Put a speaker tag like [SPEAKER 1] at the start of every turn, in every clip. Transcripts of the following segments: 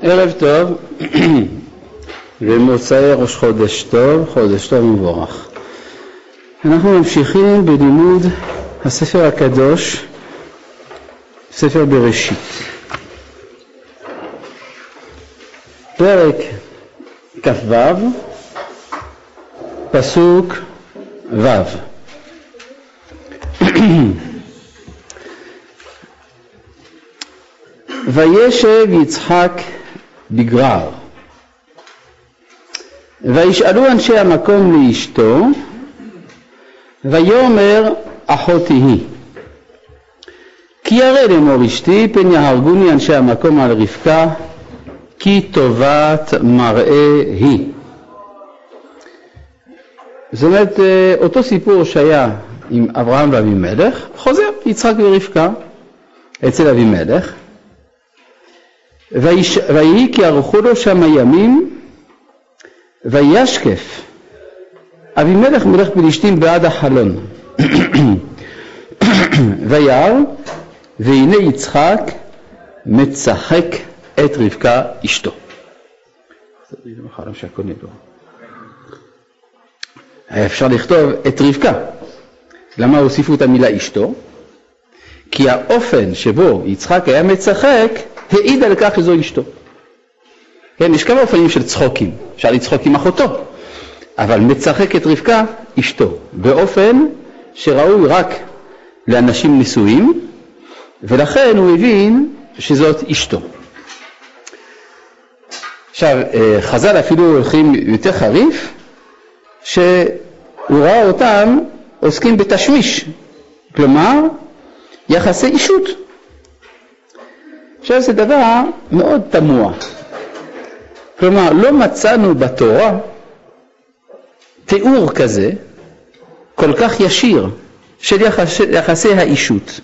[SPEAKER 1] ערב טוב ומוצאי ראש חודש טוב, חודש טוב מבורך. אנחנו ממשיכים בלימוד הספר הקדוש, ספר בראשית. פרק כ"ו, פסוק ו'. וישב יצחק בגרר, וישאלו אנשי המקום לאשתו, ויאמר אחותי היא, כי ירא לאמור אשתי, פן יהרגוני אנשי המקום על רבקה, כי טובת מראה היא. זאת אומרת, אותו סיפור שהיה עם אברהם ואבימלך, חוזר יצחק ורבקה אצל אבימלך, ויהי כי ארכו לו שם הימים, וישקף אבימלך מלך פלישתים בעד החלון, וירא, והנה יצחק מצחק את רבקה אשתו. אפשר לכתוב את רבקה. למה הוסיפו את המילה אשתו? כי האופן שבו יצחק היה מצחק העיד על כך שזו אשתו. כן, יש כמה אופנים של צחוקים. אפשר לצחוק עם אחותו, אבל מצחק את רבקה אשתו, באופן שראוי רק לאנשים נשואים, ולכן הוא הבין שזאת אשתו. עכשיו, חז"ל אפילו הולכים יותר חריף, שהוא ראה אותם עוסקים בתשמיש, כלומר יחסי אישות. עכשיו זה דבר מאוד תמוה. כלומר, לא מצאנו בתורה תיאור כזה כל כך ישיר של יחסי האישות.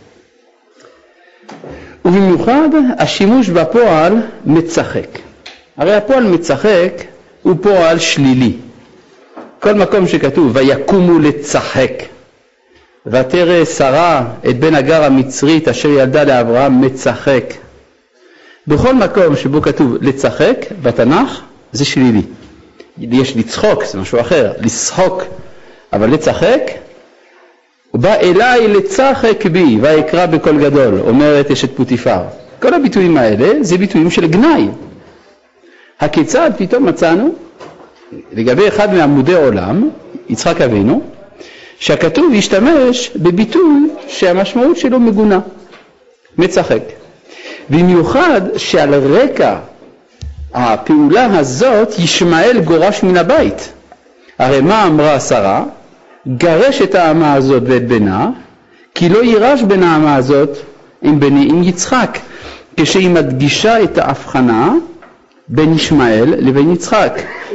[SPEAKER 1] ובמיוחד השימוש בפועל מצחק. הרי הפועל מצחק הוא פועל שלילי. כל מקום שכתוב ויקומו לצחק, ותרא שרה את בן הגר המצרית אשר ילדה לאברהם מצחק. בכל מקום שבו כתוב לצחק בתנ"ך זה שלילי. יש לצחוק, זה משהו אחר, לשחוק, אבל לצחק, הוא בא אליי לצחק בי ויקרא בקול גדול, אומרת אשת פוטיפר. כל הביטויים האלה זה ביטויים של גנאי. הכיצד פתאום מצאנו לגבי אחד מעמודי עולם, יצחק אבינו, שהכתוב ישתמש בביטוי שהמשמעות שלו מגונה, מצחק. במיוחד שעל רקע הפעולה הזאת ישמעאל גורש מן הבית. הרי מה אמרה שרה? גרש את האמה הזאת ואת בנה, כי לא יירש בין האמה הזאת עם יצחק, כשהיא מדגישה את ההבחנה בין ישמעאל לבין יצחק,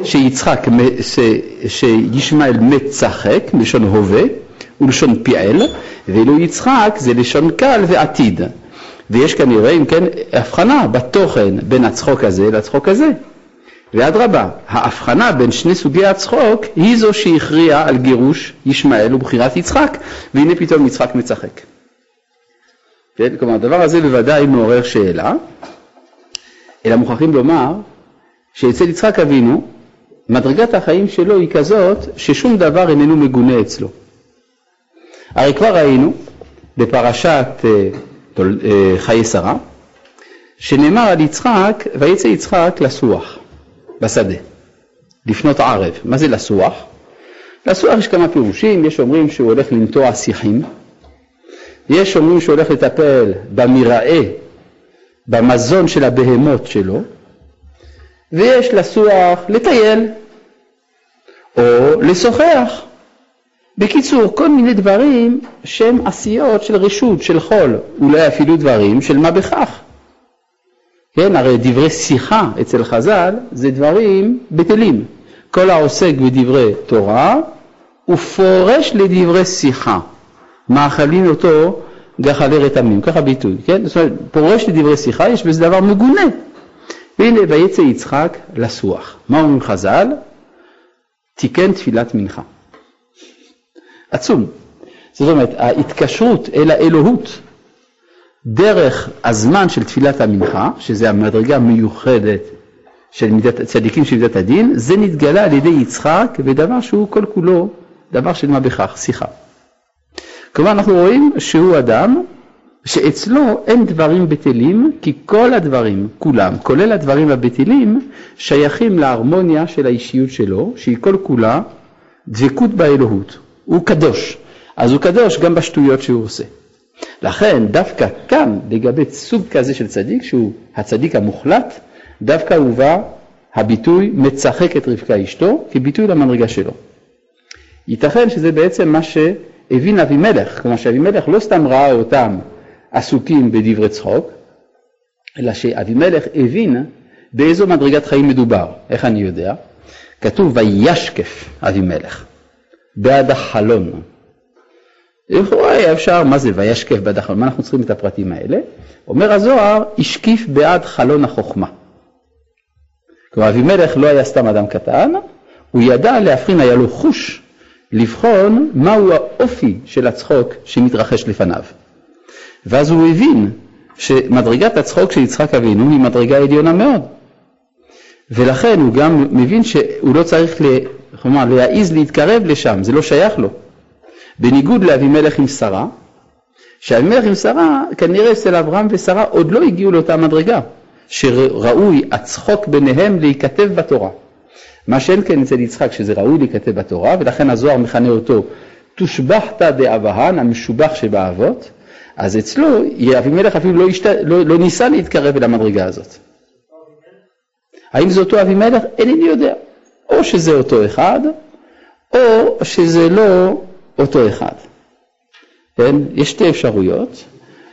[SPEAKER 1] שישמעאל מצחק מלשון הווה ולשון פיעל, ואילו יצחק זה לשון קל ועתיד. ויש כנראה אם כן הבחנה בתוכן בין הצחוק הזה לצחוק הזה. ואדרבה, ההבחנה בין שני סוגי הצחוק היא זו שהכריעה על גירוש ישמעאל ובחירת יצחק, והנה פתאום יצחק מצחק. כן? כלומר, הדבר הזה בוודאי מעורר שאלה, אלא מוכרחים לומר שאצל יצחק אבינו, מדרגת החיים שלו היא כזאת ששום דבר איננו מגונה אצלו. הרי כבר ראינו בפרשת חיי שרה, שנאמר על יצחק, ויצא יצחק לסוח בשדה, לפנות ערב. מה זה לסוח? לסוח יש כמה פירושים. יש אומרים שהוא הולך לנטוע שיחים, יש אומרים שהוא הולך לטפל במרעה, במזון של הבהמות שלו, ויש לסוח לטייל או לשוחח. בקיצור, כל מיני דברים שהם עשיות של רשות, של חול, אולי אפילו דברים של מה בכך. כן, הרי דברי שיחה אצל חז"ל זה דברים בטלים. כל העוסק בדברי תורה ופורש לדברי שיחה, מאכלים אותו גחלי רתמים, ככה ביטוי, כן? זאת אומרת, פורש לדברי שיחה, יש בזה דבר מגונה. והנה, ויצא יצחק לסוח. מה אומרים חז"ל? תיקן תפילת מנחה. עצום. זאת אומרת, ההתקשרות אל האלוהות דרך הזמן של תפילת המנחה, שזה המדרגה המיוחדת של צדיקים של מידת הדין, זה נתגלה על ידי יצחק בדבר שהוא כל כולו דבר של מה בכך, שיחה. כלומר אנחנו רואים שהוא אדם שאצלו אין דברים בטלים, כי כל הדברים, כולם, כולל הדברים הבטלים, שייכים להרמוניה של האישיות שלו, שהיא כל כולה דבקות באלוהות. הוא קדוש, אז הוא קדוש גם בשטויות שהוא עושה. לכן דווקא כאן לגבי סוג כזה של צדיק, שהוא הצדיק המוחלט, דווקא הובא הביטוי מצחק את רבקה אשתו, כביטוי למדרגה שלו. ייתכן שזה בעצם מה שהבין אבימלך, כלומר שאבימלך לא סתם ראה אותם עסוקים בדברי צחוק, אלא שאבימלך הבין באיזו מדרגת חיים מדובר. איך אני יודע? כתוב וישקף אבימלך בעד החלון. היה אפשר, מה זה וישקף בעד החלון? מה אנחנו צריכים את הפרטים האלה? אומר הזוהר, השקיף בעד חלון החוכמה. כלומר אבימלך לא היה סתם אדם קטן, הוא ידע להבחין, היה לו חוש לבחון מהו האופי של הצחוק שמתרחש לפניו. ואז הוא הבין שמדרגת הצחוק של יצחק אבינו היא מדרגה עליונה מאוד. ולכן הוא גם מבין שהוא לא צריך להעיז להתקרב לשם, זה לא שייך לו. בניגוד לאבימלך עם שרה, שאבימלך עם שרה כנראה אצל אברהם ושרה עוד לא הגיעו לאותה מדרגה, שראוי הצחוק ביניהם להיכתב בתורה. מה שאין כן אצל יצחק שזה ראוי להיכתב בתורה, ולכן הזוהר מכנה אותו תושבחת דאבהן, המשובח שבאבות, אז אצלו אבימלך אפילו לא ניסה להתקרב אל המדרגה הזאת. האם זה אותו אבימלך? אינני יודע. או שזה אותו אחד, או שזה לא אותו אחד. כן? יש שתי אפשרויות,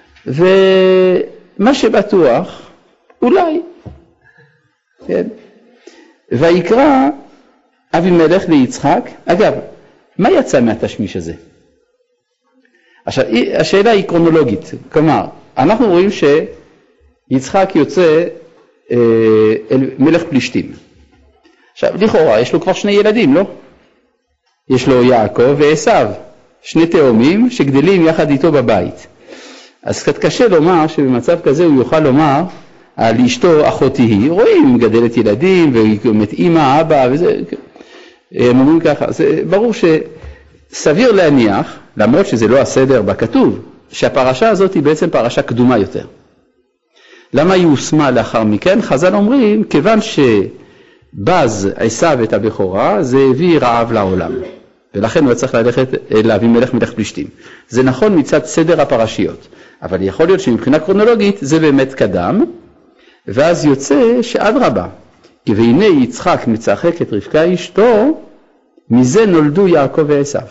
[SPEAKER 1] ומה שבטוח, אולי. כן? ויקרא אבימלך ליצחק. אגב, מה יצא מהתשמיש הזה? עכשיו, השאלה היא קרונולוגית. כלומר, אנחנו רואים שיצחק יוצא אל מלך פלישתים. עכשיו, לכאורה, יש לו כבר שני ילדים, לא? יש לו יעקב ועשיו, שני תאומים שגדלים יחד איתו בבית. אז קצת קשה לומר שבמצב כזה הוא יוכל לומר על אשתו אחותי היא. רואים, מגדלת ילדים, ומת אמא, אבא, וזה, הם אומרים ככה. זה ברור שסביר להניח, למרות שזה לא הסדר בכתוב, שהפרשה הזאת היא בעצם פרשה קדומה יותר. למה היא הושמה לאחר מכן? חז"ל אומרים, כיוון שבז עשיו את הבכורה, זה הביא רעב לעולם. ולכן הוא צריך ללכת לאבימלך מלך פלישתים. זה נכון מצד סדר הפרשיות, אבל יכול להיות שמבחינה קרונולוגית זה באמת קדם, ואז יוצא שאדרבה, כי והנה יצחק מצחק את רבקה אשתו, מזה נולדו יעקב ועשיו.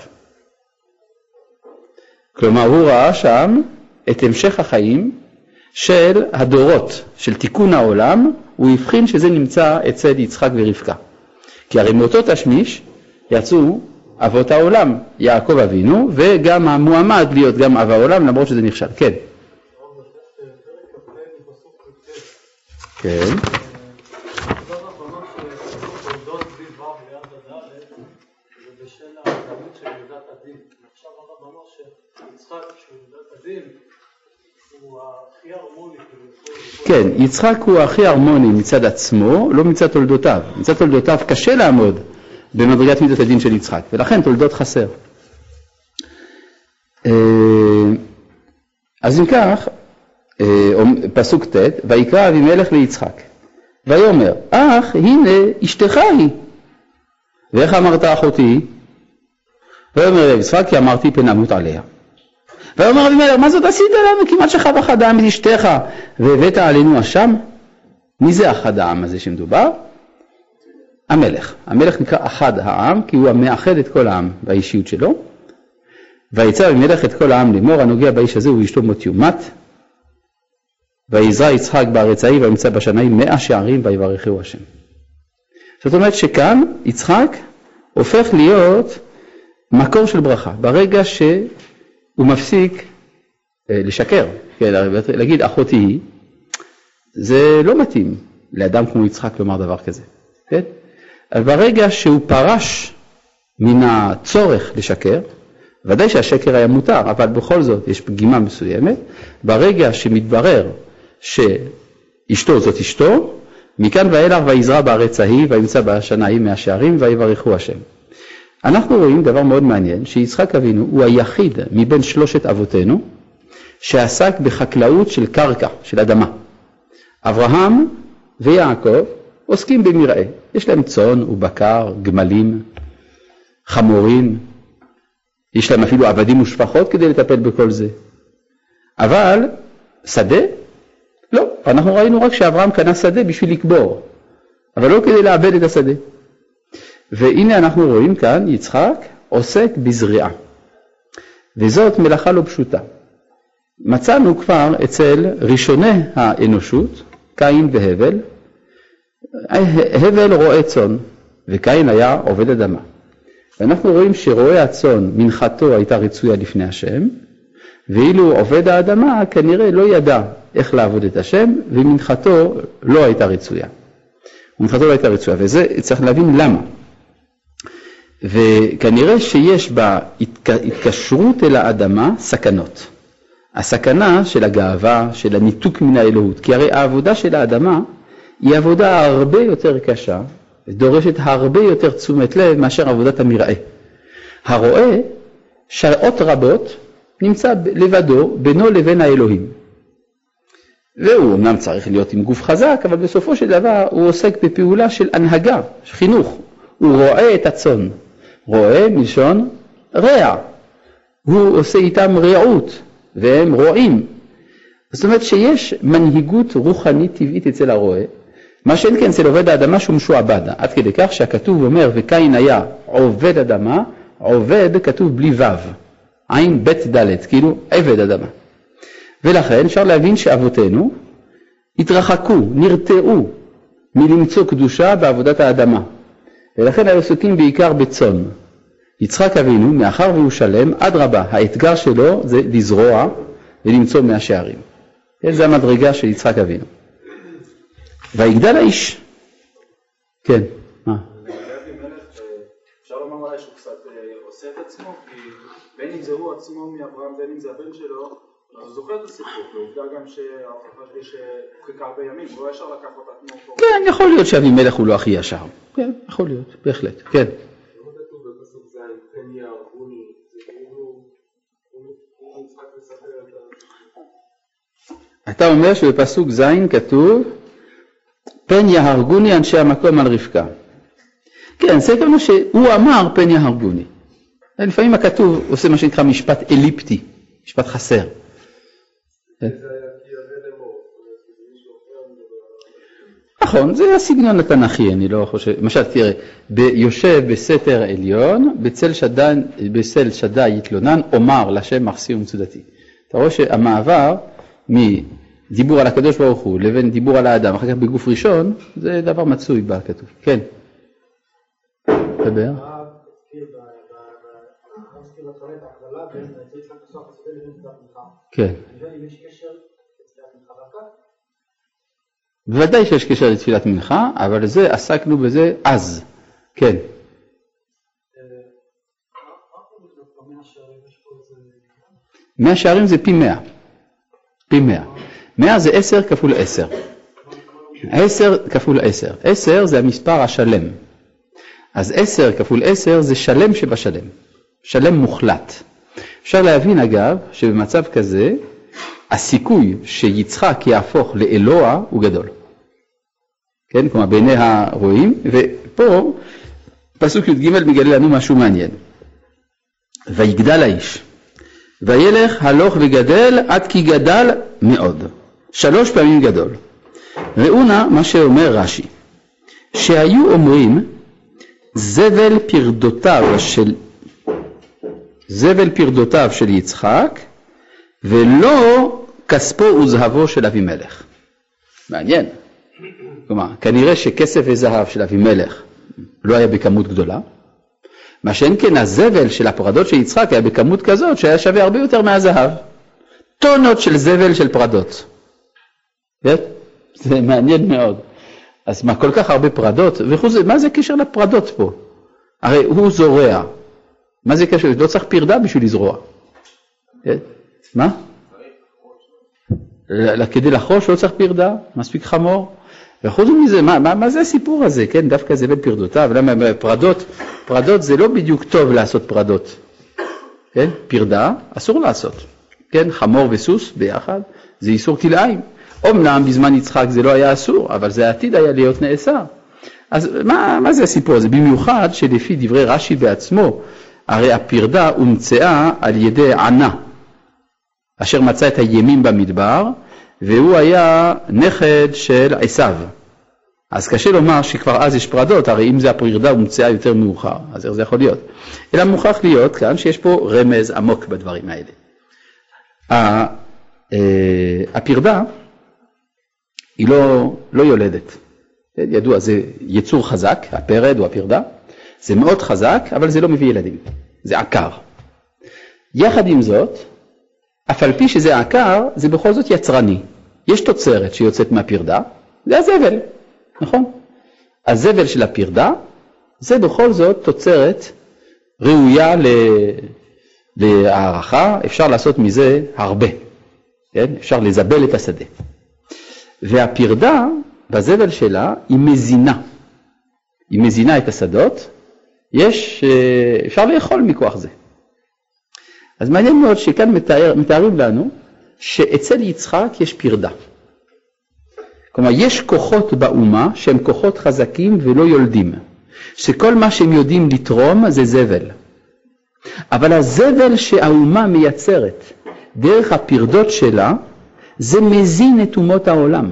[SPEAKER 1] כלומר הוא ראה שם את המשך החיים של הדורות, של תיקון העולם, הוא הבחין שזה נמצא אצל יצחק ורבקה. כי הרי מאותו תשמיש יצאו אבות העולם, יעקב אבינו, וגם המועמד להיות גם אב העולם, למרות שזה נכשל. כן. כן. כן, יצחק הוא הכי הרמוני מצד עצמו, לא מצד תולדותיו. מצד תולדותיו קשה לעמוד במדרגת מידת הדין של יצחק, ולכן תולדות חסר. אז אם כך, פסוק ט' ויקרא אבימלך ליצחק, ויאמר, אך הנה אשתך היא. ואיך אמרת אחותי? ויאמר יצחק, כי אמרתי פן אמות עליה. ויאמר אבימלך, מה זאת עשית לנו? כמעט שכב אחד העם את אשתך, והבאת עלינו אשם? מי זה אחד העם הזה שמדובר? המלך. המלך נקרא אחד העם, כי הוא המאחד את כל העם באישיות שלו. ויצא אבימלך את כל העם לאמור, הנוגע באיש הזה הוא אשתו מות יומת. ויזרע יצחק בארץ ההיא, וימצא בשנאים 100 שערים, ויברכהו השם. זאת אומרת שכאן יצחק הופך להיות מקור של ברכה. ברגע שהוא מפסיק לשקר, להגיד אחותי היא, זה לא מתאים לאדם כמו יצחק לומר דבר כזה. אבל ברגע שהוא פרש מן הצורך לשקר, ודאי שהשקר היה מותר, אבל בכל זאת יש פגימה מסוימת. ברגע שמתברר שאשתו זאת אשתו, מכאן ואילך ויזרע בארץ ההיא, וימצא בשנה ההיא מהשערים, ויברכו השם. אנחנו רואים דבר מאוד מעניין, שיצחק אבינו הוא היחיד מבין שלושת אבותינו, שעסק בחקלאות של קרקע, של אדמה. אברהם ויעקב עוסקים במרעה. יש להם צאן ובקר, גמלים, חמורים, יש להם אפילו עבדים ושפחות כדי לטפל בכל זה. אבל שדה? לא, אנחנו ראינו רק שאברהם קנה שדה בשביל לקבור, אבל לא כדי לעבד את השדה. והנה אנחנו רואים כאן, יצחק עוסק בזריעה, וזאת מלאכה לא פשוטה. מצאנו כבר אצל ראשוני האנושות, קין והבל. הבל רועה צאן, וקין היה עובד אדמה. ואנחנו רואים שרועה הצאן, מנחתו הייתה רצויה לפני השם, ואילו עובד האדמה כנראה לא ידע איך לעבוד את השם, ומנחתו לא הייתה רצויה. ומנחתו לא הייתה רצויה, וזה צריך להבין למה. וכנראה שיש בהתקשרות אל האדמה סכנות. הסכנה של הגאווה, של הניתוק מן האלוהות, כי הרי העבודה של האדמה היא עבודה הרבה יותר קשה, ודורשת הרבה יותר תשומת לב מאשר עבודת המרעה. הרועה שעות רבות נמצא לבדו בינו לבין האלוהים. והוא אמנם צריך להיות עם גוף חזק, אבל בסופו של דבר הוא עוסק בפעולה של הנהגה, חינוך. הוא רואה את הצאן. רואה מלשון רע. הוא עושה איתם רעות, והם רועים. זאת אומרת שיש מנהיגות רוחנית טבעית אצל הרועה, מה שאין כן אצל עובד האדמה שהוא משועבד. עד כדי כך שהכתוב אומר, וקין היה עובד אדמה, עובד כתוב בלי וו. עין בית דלת, כאילו עבד אדמה. ולכן אפשר להבין שאבותינו התרחקו, נרתעו מלמצוא קדושה בעבודת האדמה. ולכן היו עסוקים בעיקר בצאן. יצחק אבינו, מאחר והוא שלם, עד רבה, האתגר שלו זה לזרוע ולמצוא מהשערים. זה המדרגה של יצחק אבינו. ויגדל האיש. כן, מה?
[SPEAKER 2] אפשר לומר אולי שהוא קצת עושה את עצמו, כי בין אם זה הוא עצמו מאברהם, בין אם זה הבן שלו, אז הוא זוכר את הסיפור, ועובדה גם שהרפאתי שהוא חיכה הרבה ימים, הוא לא ישר לקח אותה כמו...
[SPEAKER 1] כן, יכול להיות שאבימלך הוא לא הכי ישר. כן, יכול להיות, בהחלט, כן.
[SPEAKER 2] לא כתוב בפסוק ז', פן יהרגוני, זה כאילו, הוא משחק לספר את
[SPEAKER 1] אתה אומר שבפסוק ז' כתוב, פן יהרגוני אנשי המקום על רבקה. כן, זה כמו שהוא אמר פן יהרגוני. לפעמים הכתוב עושה מה שנקרא משפט אליפטי, משפט חסר. נכון, זה הסגנון התנ"כי, אני לא חושב. למשל, תראה, יושב בסתר עליון, בצל שדי יתלונן, אומר לשם מחסי ומצודתי. אתה רואה שהמעבר מדיבור על הקדוש ברוך הוא לבין דיבור על האדם, אחר כך בגוף ראשון, זה דבר מצוי בכתוב. כן. דבר. כן. בוודאי שיש קשר לתפילת מנחה, אבל זה עסקנו בזה אז. כן. מאה שערים זה פי 100. פי 100. 100 זה 10 כפול 10. 10 כפול 10. 10 זה המספר השלם. אז 10 כפול 10 זה שלם שבשלם. שלם מוחלט. אפשר להבין אגב שבמצב כזה הסיכוי שיצחק יהפוך לאלוה הוא גדול. כן, כלומר בעיני הרואים, ופה פסוק י"ג מגלה לנו משהו מעניין. ויגדל האיש, וילך הלוך וגדל עד כי גדל מאוד. 3 פעמים גדול. ראו נא מה שאומר רש"י, שהיו אומרים זבל פרדותיו של יצחק, ולא כספו וזהבו של אבימלך. מעניין. כלומר, כנראה שכסף וזהב של אבימלך לא היה בכמות גדולה, מה שאין כן הזבל של הפרדות של יצחק היה בכמות כזאת שהיה שווה הרבה יותר מהזהב. טונות של זבל של פרדות. זה מעניין מאוד. אז מה, כל כך הרבה פרדות? מה זה קשר לפרדות פה? הרי הוא זורע, מה זה קשור? לא צריך פרדה בשביל לזרוע. מה? כדי לחרוש לא צריך פרדה, מספיק חמור. וחוץ מזה, מה זה הסיפור הזה? כן, דווקא זה בין פרדותיו. למה פרדות זה לא בדיוק טוב לעשות פרדות. כן, פרדה אסור לעשות. כן, חמור וסוס ביחד, זה איסור כלאיים. אמנם בזמן יצחק זה לא היה אסור, אבל זה העתיד היה להיות נאסר. אז מה זה הסיפור הזה? במיוחד שלפי דברי רש"י בעצמו, הרי הפרדה הומצאה על ידי ענה, אשר מצא את הימים במדבר, והוא היה נכד של עשיו. אז קשה לומר שכבר אז יש פרדות, הרי אם זה הפרדה הומצאה יותר מאוחר, אז איך זה יכול להיות? אלא מוכרח להיות כאן שיש פה רמז עמוק בדברים האלה. הפרדה היא לא יולדת. ידוע, זה יצור חזק, הפרד או הפרדה, זה מאוד חזק, אבל זה לא מביא ילדים, זה עקר. יחד עם זאת, אף על פי שזה עקר, זה בכל זאת יצרני. יש תוצרת שיוצאת מהפרדה, זה הזבל, נכון? הזבל של הפרדה, זה בכל זאת תוצרת ראויה להערכה, אפשר לעשות מזה הרבה, כן? אפשר לזבל את השדה. והפרדה, בזבל שלה, היא מזינה. היא מזינה את השדות, אפשר לאכול מכוח זה. אז מעניין מאוד שכאן מתארים לנו שאצל יצחק יש פרדה. כלומר, יש כוחות באומה שהם כוחות חזקים ולא יולדים. שכל מה שהם יודעים לתרום זה זבל. אבל הזבל שהאומה מייצרת דרך הפרדות שלה, זה מזין את אומות העולם.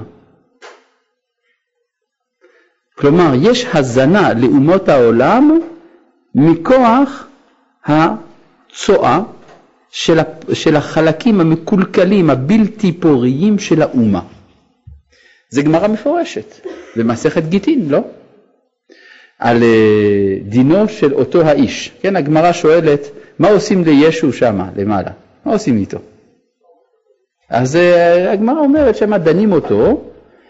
[SPEAKER 1] כלומר, יש הזנה לאומות העולם מכוח הצועה של החלקים המקולקלים, הבלתי פוריים של האומה. זה גמרא מפורשת, במסכת גיטין, לא? על דינו של אותו האיש. כן, הגמרא שואלת, מה עושים לישו שמה, למעלה? מה עושים איתו? אז הגמרא אומרת שמה דנים אותו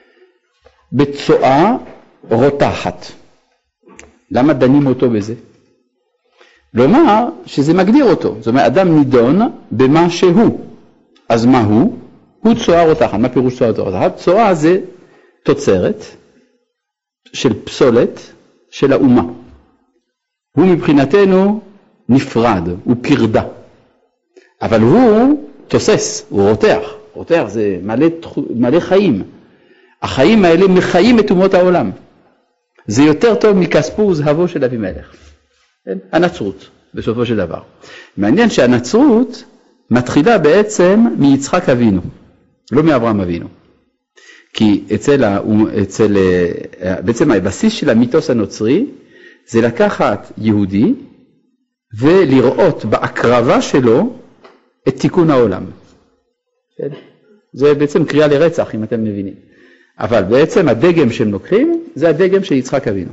[SPEAKER 1] בצועה רותחת. למה דנים אותו בזה? לומר שזה מגדיר אותו. זאת אומרת, אדם נידון במה שהוא. אז מה הוא? הוא צועה רותחת. מה פירוש צועה רותחת? צועה זה תוצרת של פסולת של האומה. הוא מבחינתנו נפרד, הוא פרדה. אבל הוא תוסס, הוא רותח. רותח זה מלא חיים. החיים האלה מחיים את אומות העולם. זה יותר טוב מכספו וזהבו של אבימלך. הנצרות, בסופו של דבר. מעניין שהנצרות מתחילה בעצם מיצחק אבינו, לא מאברהם אבינו. כי בעצם הבסיס של המיתוס הנוצרי זה לקחת יהודי ולראות בהקרבה שלו את תיקון העולם. זה בעצם קריאה לרצח, אם אתם מבינים. אבל בעצם הדגם שהם לוקחים זה הדגם של יצחק אבינו.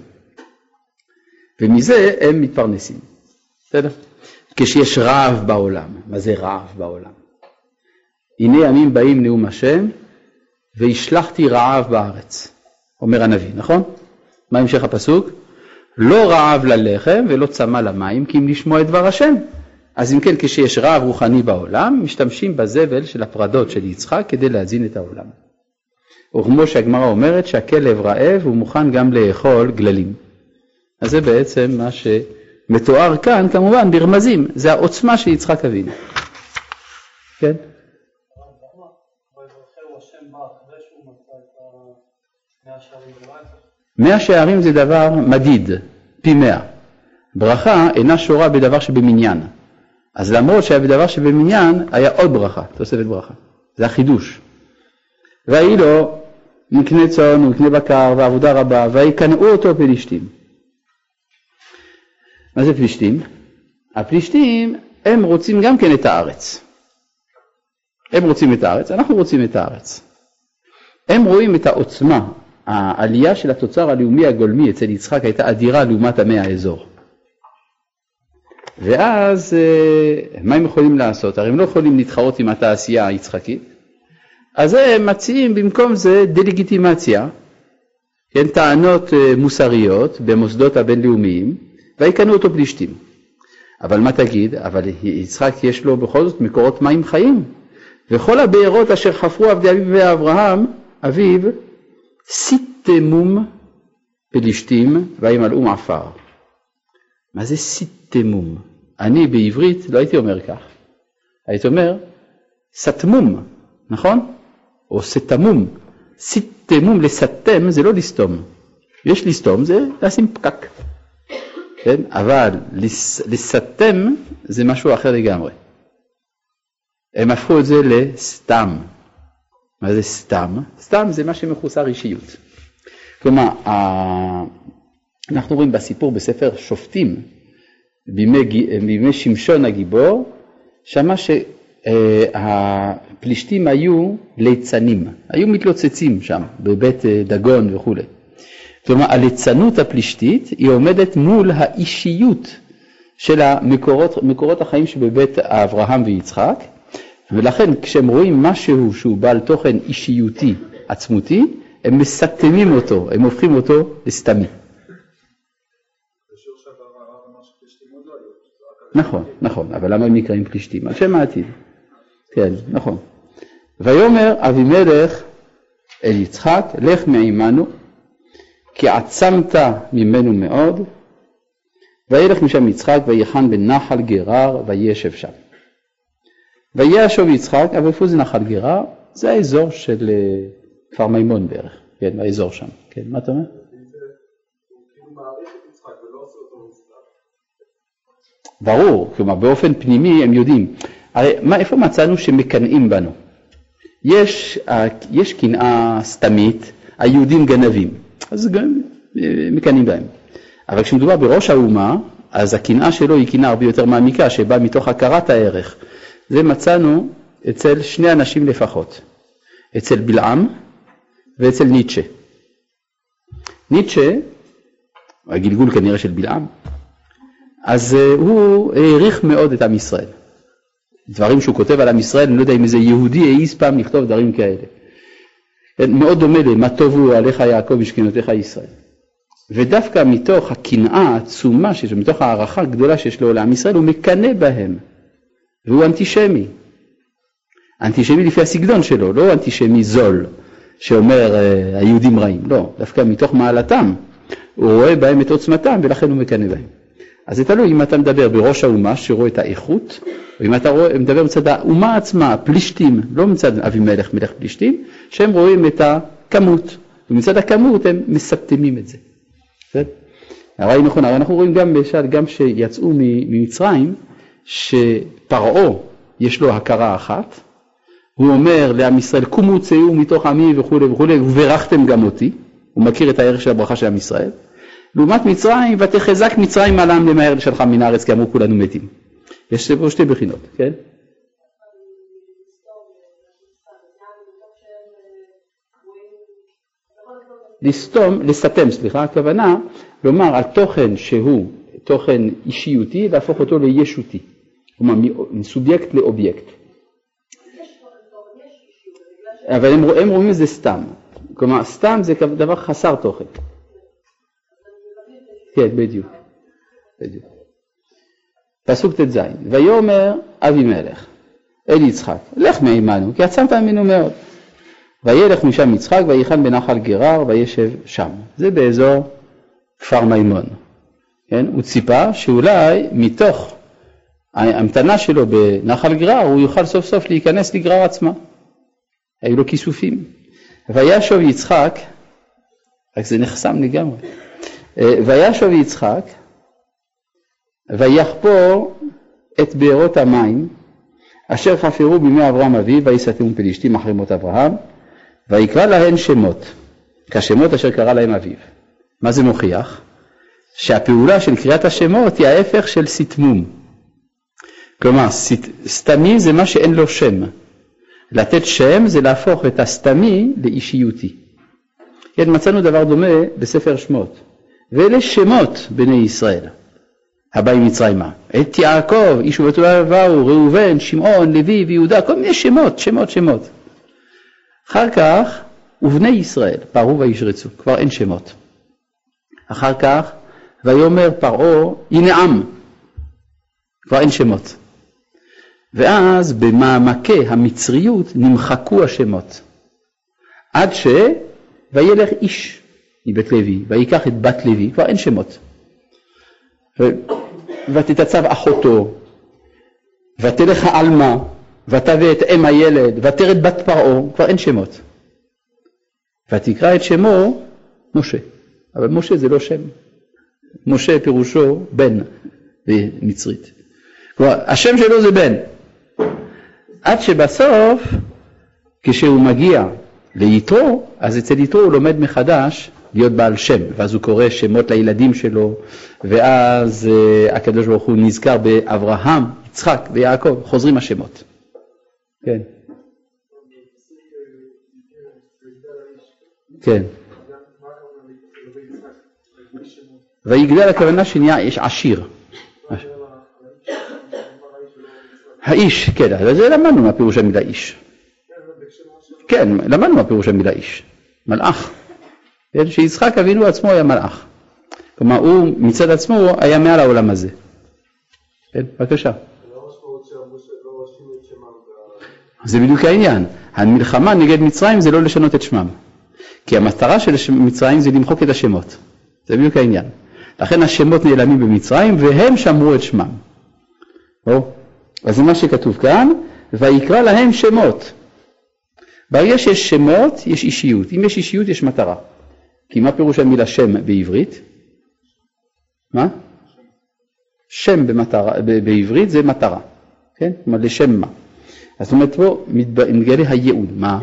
[SPEAKER 1] ומזה הם מתפרנסים. בסדר? כשיש רעב בעולם. מה זה רעב בעולם? הנה ימים באים נאום השם, והשלחתי רעב בארץ. אומר הנביא, נכון? מה המשך הפסוק? לא רעב ללחם ולא צמא למים, כי אם לשמוע את דבר השם. אז אם כן, כשיש רעב רוחני בעולם, משתמשים בזבל של הפרדות של יצחק כדי להזין את העולם. וכמו שהגמרא אומרת שהכלב רעב הוא מוכן גם לאכול גללים. אז זה בעצם מה שמתואר כאן, כמובן ברמזים, זה העוצמה של יצחק אבינו. כן? מאה שערים זה דבר מדיד, פי 100. ברכה אינה שורה בדבר שבמניין. אז למרות שהיה בדבר שבמניין, היה עוד ברכה, תוספת ברכה. זה החידוש. והיא לו, נקנה צאן ונקנה בקר ועבודה רבה, ויקנאו אותו פלישתים. מה זה פלישתים? הפלישתים הם רוצים גם כן את הארץ. הם רוצים את הארץ, אנחנו רוצים את הארץ. הם רואים את העוצמה, העלייה של התוצר הלאומי הגולמי אצל יצחק הייתה אדירה לעומת עמי האזור. ואז מה הם יכולים לעשות? הרי הם לא יכולים להתחרות עם התעשייה היצחקית. אז הם מציעים במקום זה דלגיטימציה, כן, טענות מוסריות במוסדות הבינלאומיים, ויקנו אותו פלישתים. אבל מה תגיד? אבל יצחק יש לו בכל זאת מקורות מים חיים. וכל הבארות אשר חפרו עבדי אביו ואברהם, אביו, סיתמום פלישתים וימלאום עפר. מה זה סיתמום? אני בעברית לא הייתי אומר כך. הייתי אומר סתמום, נכון? או סתמום. סיתמום, לסתם זה לא לסתום. יש לסתום, זה לשים פקק. כן? אבל לסתם זה משהו אחר לגמרי. הם הפכו את זה לסתם. מה זה סתם? סתם זה מה שמחוסר אישיות. כלומר, אנחנו רואים בסיפור בספר שופטים, בימי שמשון הגיבור, שמה שהפלישתים היו ליצנים, היו מתלוצצים שם, בבית דגון וכו'. כלומר, הליצנות הפלישתית היא עומדת מול האישיות של מקורות החיים שבבית אברהם ויצחק, ולכן כשהם רואים משהו שהוא בעל תוכן אישיותי, עצמותי, הם מסתמים אותו, הם הופכים אותו לסתמי. נכון, נכון, אבל למה הם נקראים פלישתים? על שם העתיד. כן, נכון. ויאמר אבימלך אל יצחק, לך מעמנו, כי עצמת ממנו מאוד, וילך משם יצחק ויחן בנחל גרר וישב שם. וישוב יצחק, אבל איפה זה נחל גרר? זה האזור של כפר מימון בערך, כן, האזור שם. כן, מה אתה אומר?
[SPEAKER 2] הוא כאילו מעריך את יצחק ולא עושה אותו מסתם.
[SPEAKER 1] ברור, כלומר באופן פנימי הם יודעים. הרי איפה מצאנו שמקנאים בנו? יש קנאה סתמית, היהודים גנבים, אז גם מקנאים בהם. אבל כשמדובר בראש האומה, אז הקנאה שלו היא קנאה הרבה יותר מעמיקה, שבאה מתוך הכרת הערך. זה מצאנו אצל שני אנשים לפחות, אצל בלעם ואצל ניטשה. ניטשה, הגלגול כנראה של בלעם, אז הוא העריך מאוד את עם ישראל. דברים שהוא כותב על עם ישראל, אני לא יודע אם איזה יהודי העיז פעם לכתוב דברים כאלה. מאוד דומה למה טובו עליך יעקב משכנותיך ישראל. ודווקא מתוך הקנאה העצומה, מתוך הערכה הגדולה שיש לו לעם ישראל, הוא מקנא בהם. והוא אנטישמי. אנטישמי לפי הסגנון שלו, לא אנטישמי זול, שאומר היהודים רעים. לא, דווקא מתוך מעלתם. הוא רואה בהם את עוצמתם, ולכן הוא מקנא בהם. אז זה תלוי אם אתה מדבר בראש האומה, שרואה את האיכות, או אם אתה מדבר מצד האומה עצמה, הפלישתים, לא מצד אבימלך מלך פלישתים, שהם רואים את הכמות. ומצד הכמות הם מסתמים את זה. הרי נכון, הרי אנחנו רואים גם שיצאו ממצרים, שפרעה יש לו הכרה אחת, הוא אומר לעם ישראל, קומו צאו מתוך עמי וכו' וכו', וברכתם גם אותי, הוא מכיר את הערך של הברכה של עם ישראל, לעומת מצרים, ותחזק מצרים על העם למהר לשלך מן הארץ, כי אמרו כולנו מתים. יש פה שתי בחינות, כן? לסתם, הכוונה, לומר על תוכן שהוא תוכן אישיותי, להפוך אותו לישותי. כלומר, מסובייקט לאובייקט. אבל הם רואים את זה סתם. כלומר, סתם זה דבר חסר תוכן. כן, בדיוק. פסוק ט"ז. ויאמר אבימלך אל יצחק, לך מעמנו, כי עצמת ממנו מאוד. וילך משם יצחק ויחן בנחל גרר וישב שם. זה באזור כפר מימון. כן? הוא ציפה שאולי מתוך ההמתנה שלו בנחל גרר הוא יוכל סוף סוף להיכנס לגרר עצמה. היו לו כיסופים. וישוב יצחק, רק זה נחסם לגמרי. וישוב יצחק ויחפור את בארות המים אשר חפרו בימי אברהם אביו ויסתמו פלישתים אחרי מות אברהם ויקרא להן שמות כשמות אשר קרא להם אביו. מה זה מוכיח? שהפעולה של קריאת השמות היא ההפך של סתמום. כלומר, סתמי זה מה שאין לו שם. לתת שם זה להפוך את הסתמי לאישיותי. כן, מצאנו דבר דומה בספר שמות. ואלה שמות בני ישראל, הבאים מצרימה. את יעקב, איש ובתולה לבאו, ראובן, שמעון, לוי ויהודה, כל מיני שמות. אחר כך, ובני ישראל, פרעו וישרצו, כבר אין שמות. אחר כך, ויאמר פרעה, הנה עם. כבר אין שמות. ואז במעמקי המצריות נמחקו השמות. עד וילך איש מבית לוי, ויקח את בת לוי, כבר אין שמות. ותתצב אחותו, ותלך העלמה, ותביא את אם הילד, ותרד בת פרעה, כבר אין שמות. ותקרא את שמו משה. אבל משה זה לא שם. משה פירושו בן במצרית. כלומר, השם שלו זה בן. עד שבסוף, כשהוא מגיע ליתרו, אז אצל יתרו הוא לומד מחדש להיות בעל שם, ואז הוא קורא שמות לילדים שלו, ואז הקדוש ברוך הוא נזכר באברהם, יצחק ויעקב, חוזרים השמות. כן. כן. ויגדל הכוונה שנהיה יש עשיר. האיש, כן, זה למדנו מה פירוש המילה איש. כן, למדנו מה פירוש המילה איש. מלאך. שיצחק אבינו עצמו היה מלאך. כלומר, הוא מצד עצמו היה מעל העולם הזה. כן, בבקשה. זה בדיוק העניין. המלחמה נגד מצרים זה לא לשנות את שמם. כי המטרה של מצרים זה למחוק את השמות. זה בדיוק העניין. לכן השמות נעלמים במצרים והם שמרו את שמם. אז זה מה שכתוב כאן, ויקרא להם שמות. ברגע שיש שמות, יש אישיות. אם יש אישיות, יש מטרה. כי מה פירוש המילה שם בעברית? מה? שם בעברית זה מטרה. כן? כלומר, לשם מה? אז זאת אומרת פה, מתגלה הייעוד. מה?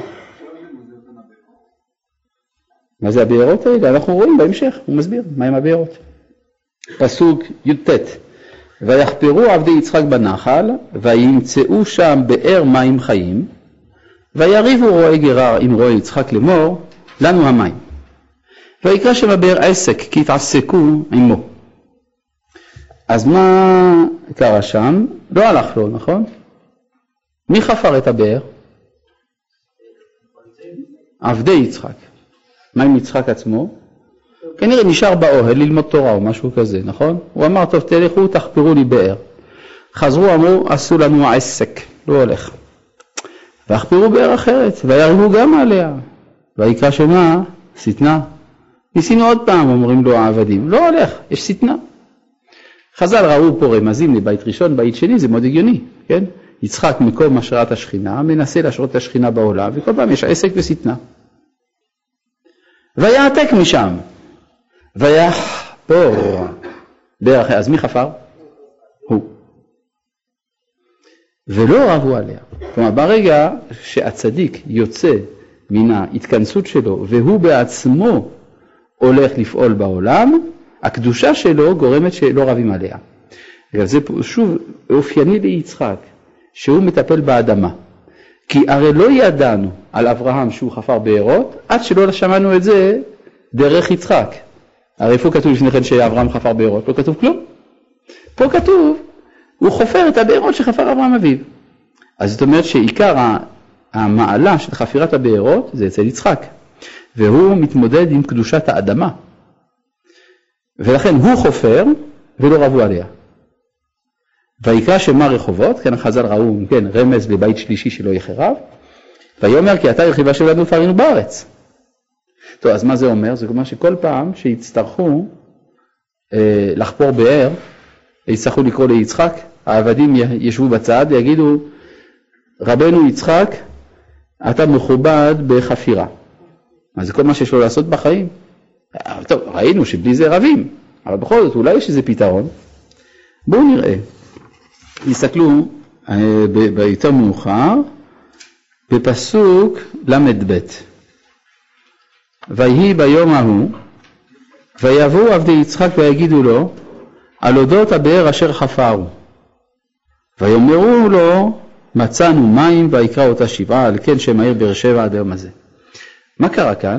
[SPEAKER 1] מה זה הבארות האלה? אנחנו רואים בהמשך, הוא מסביר מה הם הבארות. פסוק י"ט ויחפרו עבדי יצחק בנחל וימצאו שם באר מים חיים ויריבו רועי גרר עם רועי יצחק לאמור לנו המים ויקרא שם הבאר עסק כי התעסקו עמו. אז מה קרה שם? לא הלך לו, נכון? מי חפר את הבאר? עבדי יצחק. מה עם יצחק עצמו? כנראה נשאר באוהל ללמוד תורה או משהו כזה, נכון? הוא אמר, טוב, תלכו, תחפרו לי באר. חזרו, אמרו, עשו לנו עסק, לא הולך. והחפרו באר אחרת, ויריבו גם עליה. ויקרא שמה, שטנה. ניסינו עוד פעם, אומרים לו העבדים, לא הולך, יש שטנה. חז"ל ראו פה רמזים לבית ראשון, בית שני, זה מאוד הגיוני, כן? יצחק מקום השראת השכינה, מנסה להשרות את השכינה בעולם, וכל פעם יש עסק ושטנה. ויעתק משם, ויחפור באר אחרת. אז מי חפר? הוא. ולא רבו עליה. כלומר, ברגע שהצדיק יוצא מן ההתכנסות שלו, והוא בעצמו הולך לפעול בעולם, הקדושה שלו גורמת שלא רבים עליה. זה שוב אופייני ליצחק, שהוא מטפל באדמה. כי הרי לא ידענו על אברהם שהוא חפר בארות, עד שלא שמענו את זה דרך יצחק. הרי איפה כתוב לפני כן שאברהם חפר בארות? לא כתוב כלום. פה כתוב, הוא חופר את הבארות שחפר אברהם אביו. אז זאת אומרת שעיקר המעלה של חפירת הבארות זה אצל יצחק. והוא מתמודד עם קדושת האדמה. ולכן הוא חופר ולא רבו עליה. ויקרא שמה רחובות, כן החז"ל ראו, כן, רמז לבית שלישי שלא יחרב, ויאמר כי אתה ירחיבה שלנו פרינו בארץ. טוב, אז מה זה אומר? זה אומר שכל פעם שיצטרכו לחפור באר, יצטרכו לקרוא ליצחק, העבדים ישבו בצד ויגידו, רבנו יצחק, אתה מכובד בחפירה. אז זה כל מה שיש לו לעשות בחיים. טוב, ראינו שבלי זה רבים, אבל בכל זאת אולי יש איזה פתרון. בואו נראה. תסתכלו ביותר מאוחר, בפסוק למד ב' ויהי ביום ההוא, ויבואו עבדי יצחק ויגידו לו, על אודות הבאר אשר חפרו. ויאמרו לו, מצאנו מים ויקרא אותה שבעה, על כן שם העיר באר שבע עד היום הזה. מה קרה כאן?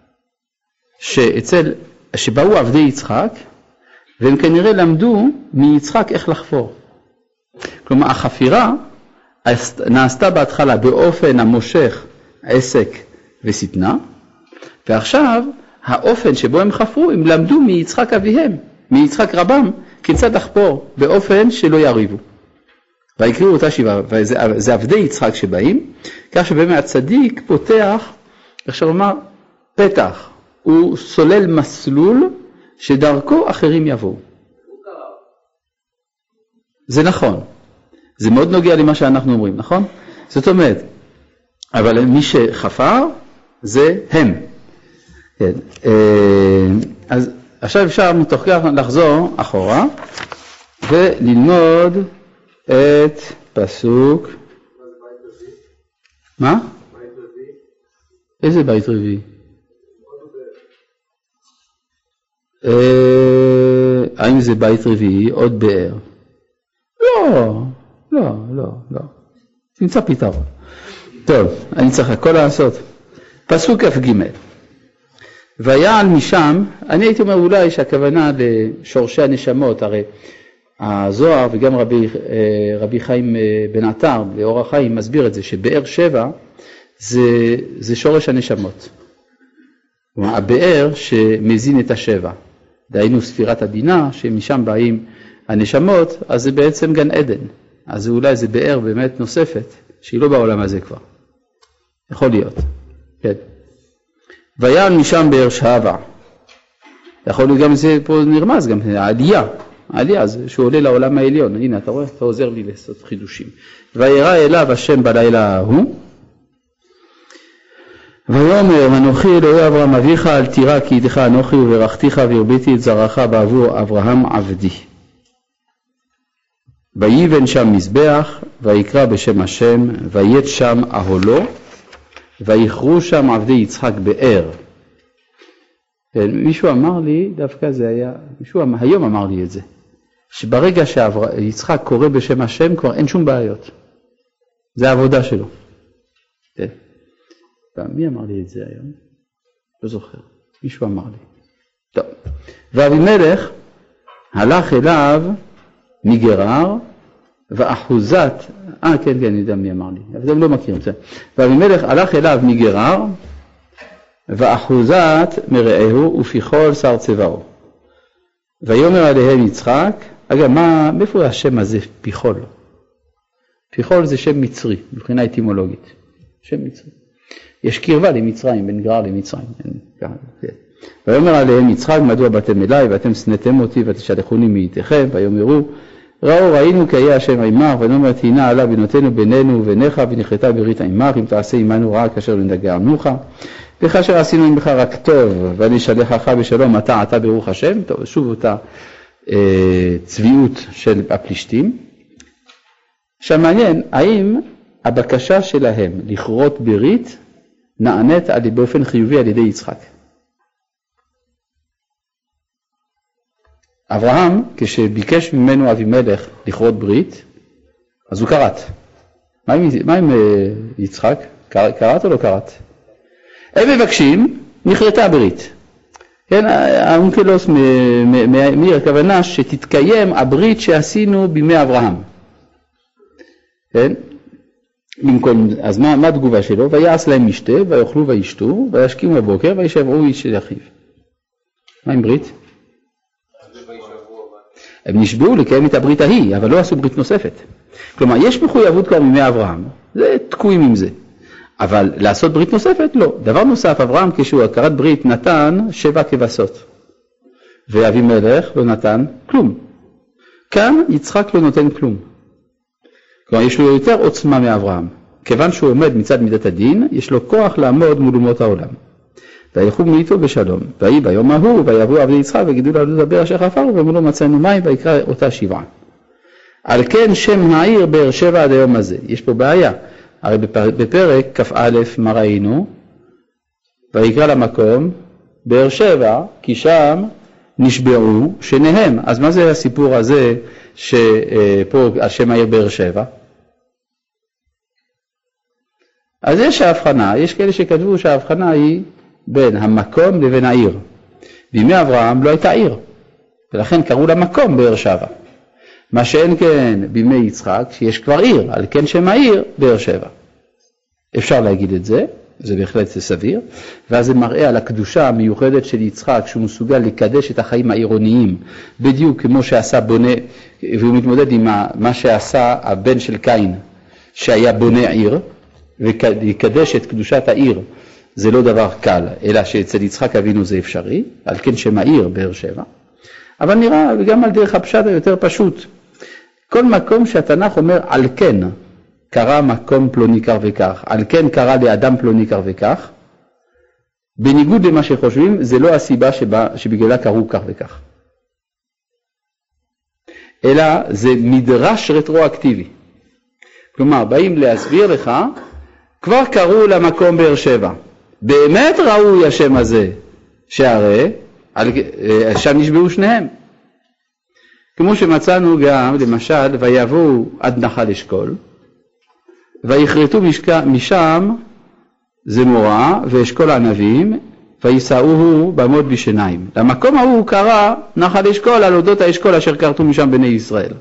[SPEAKER 1] שבאו עבדי יצחק, והם כנראה למדו מיצחק איך לחפור. כלומר, החפירה נעשתה בהתחלה באופן המושך עסק ושטנה, ועכשיו האופן שבו הם חפרו, הם למדו מיצחק אביהם, מיצחק רבם, כיצד לחפור באופן שלא יריבו. ויקראו אותה שבעה, וזה עבדי יצחק שבאים, כך שבאמת הצדיק פותח, איך לומר, פתח, הוא סולל מסלול שדרכו אחרים יבואו. זה נכון, זה מאוד נוגע למה שאנחנו אומרים, נכון? זאת אומרת, אבל מי שחפר זה הם. כן. אז עכשיו אפשר מתוך כך לחזור אחורה וללמוד את פסוק. מה? איזה בית רביעי? האם זה בית רביעי? עוד באר? לא. תמצא פתרון. טוב, אני צריך הכל לעשות. פסוק כ"ג. ויעל משם, אני הייתי אומר אולי שהכוונה לשורשי הנשמות, הרי הזוהר וגם רבי חיים בן עטר באור החיים מסביר את זה, שבאר שבע זה שורש הנשמות. כלומר, הבאר שמזין את השבע. דהיינו ספירת הבינה, שמשם באים הנשמות, אז זה בעצם גן עדן. אז אולי זה באר באמת נוספת, שהיא לא בעולם הזה כבר. יכול להיות. כן. ויעל משם באר שבע. יכול להיות גם זה פה נרמז, גם העלייה זה שהוא עולה לעולם העליון. הנה, אתה רואה? אתה עוזר לי לעשות חידושים. וירא אליו השם בלילה ההוא. ויאמר אנוכי אלוהי אברהם אביך אל תירא כי איתך אנוכי וברכתיך והרביתי את זרעך בעבור אברהם עבדי. ויבן שם מזבח ויקרא בשם השם ויית שם אהלו ויכרו שם עבדי יצחק באר. מישהו אמר לי, דווקא זה היה, היום אמר לי את זה, שברגע שיצחק קורא בשם השם כבר אין שום בעיות. זה העבודה שלו. מי אמר לי את זה היום? לא זוכר. מישהו אמר לי. טוב. ואבימלך הלך אליו מגרר ואחוזת, כן, אני יודע מי אמר לי, אבל אתם לא מכירים את זה. ואבימלך הלך אליו מגרר ואחוזת מרעהו ופיחול שר צבאו. ויאמר עליהם יצחק, אגב, מאיפה השם הזה פיחול? פיחול זה שם מצרי, מבחינה אטימולוגית. שם מצרי. יש קרבה למצרים, בין גרר למצרים. ויאמר עליהם יצחק, מדוע באתם אליי ואתם שנאתם אותי ותשלחוני מאיתכם, ויאמרו, ראינו כי היה השם עמך, ונאמר תהינה עלה בנותינו בינינו וביניך, ונחרתה ברית עמך, אם תעשה עמנו רע כאשר נדגענוך, וכאשר עשינו עמך רק טוב, ונשלחך בשלום, אתה ברוך השם. טוב, שוב אותה צביעות של הפלישתים. עכשיו מעניין, האם הבקשה שלהם לכרות ברית נענית באופן חיובי על ידי יצחק? אברהם, כשביקש ממנו אבימלך לכרות ברית, אז הוא קראת. מה עם יצחק? קראת או לא קראת? הם מבקשים, נחרתה ברית. כן, האונקלוס מאיר, הכוונה שתתקיים הברית שעשינו בימי אברהם. כן? אז מה התגובה שלו? ויעש להם משתה, ויאכלו וישתו, וישכימו בבוקר, וישבעו איש אחיו. מה עם ברית? הם נשבעו לקיים את הברית ההיא, אבל לא עשו ברית נוספת. כלומר, יש מחויבות כבר מימי אברהם, זה תקועים עם זה. אבל לעשות ברית נוספת, לא. דבר נוסף, אברהם כשהוא הכרת ברית נתן 7 כבשות. ואבימלך לא נתן כלום. כאן יצחק לא נותן כלום. כלומר, יש לו יותר עוצמה מאברהם. כיוון שהוא עומד מצד מידת הדין, יש לו כוח לעמוד מול אומות העולם. וילכו מאיתו בשלום. ויהי ביום ההוא, ויבואו עבדי יצחק, וגידו לו לדבר אשר חפרו, ואמרו לו מצאנו מים, ויקרא אותה 7. על כן שם העיר באר שבע עד היום הזה. יש פה בעיה. הרי בפרק כ"א מה ראינו? ויקרא למקום באר שבע, כי שם נשבעו שניהם. אז מה זה הסיפור הזה שפה השם העיר באר שבע? אז יש ההבחנה, יש כאלה שכתבו שההבחנה היא בין המקום לבין העיר. בימי אברהם לא הייתה עיר, ולכן קראו למקום באר שבע. מה שאין כן בימי יצחק, שיש כבר עיר, על כן שם העיר באר שבע. אפשר להגיד את זה, זה בהחלט סביר, ואז זה מראה על הקדושה המיוחדת של יצחק, שהוא מסוגל לקדש את החיים העירוניים, בדיוק כמו שעשה בונה, והוא מתמודד עם מה שעשה הבן של קין, שהיה בונה עיר, ויקדש את קדושת העיר, זה לא דבר קל, אלא שאצל יצחק אבינו זה אפשרי, על כן שם העיר באר שבע, אבל נראה גם על דרך הפשט היותר פשוט, כל מקום שהתנ"ך אומר על כן, קרא מקום פלוני כך וכך, על כן קרא לאדם פלוני כך וכך, בניגוד למה שחושבים, זה לא הסיבה שבגללה קראו כך וכך. אלא זה מדרש רטרואקטיבי. כלומר, באים להסביר לך, כבר קראו למקום באר שבע. באמת ראוי השם הזה, שהרי שם נשבעו שניהם. כמו שמצאנו גם, למשל, ויבואו עד נחל אשכול, ויחרטו משם זמורה ואשכול ענבים, ויסעוהו במות בשניים. למקום ההוא קרא נחל אשכול על אודות האשכול אשר קרתו משם בני ישראל.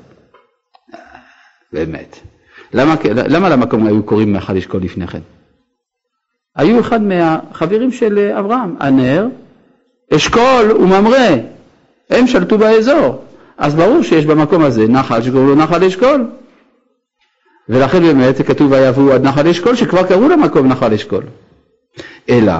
[SPEAKER 1] באמת. למה למקום היו קוראים נחל אשכול לפני כן? היו אחד מהחברים של אברהם, ענר, אשכול וממרא, הם שלטו באזור. אז ברור שיש במקום הזה נחל שקראו לו נחל אשכול. ולכן באמת כתוב ויבואו עד נחל אשכול, שכבר קראו למקום נחל אשכול. אלא,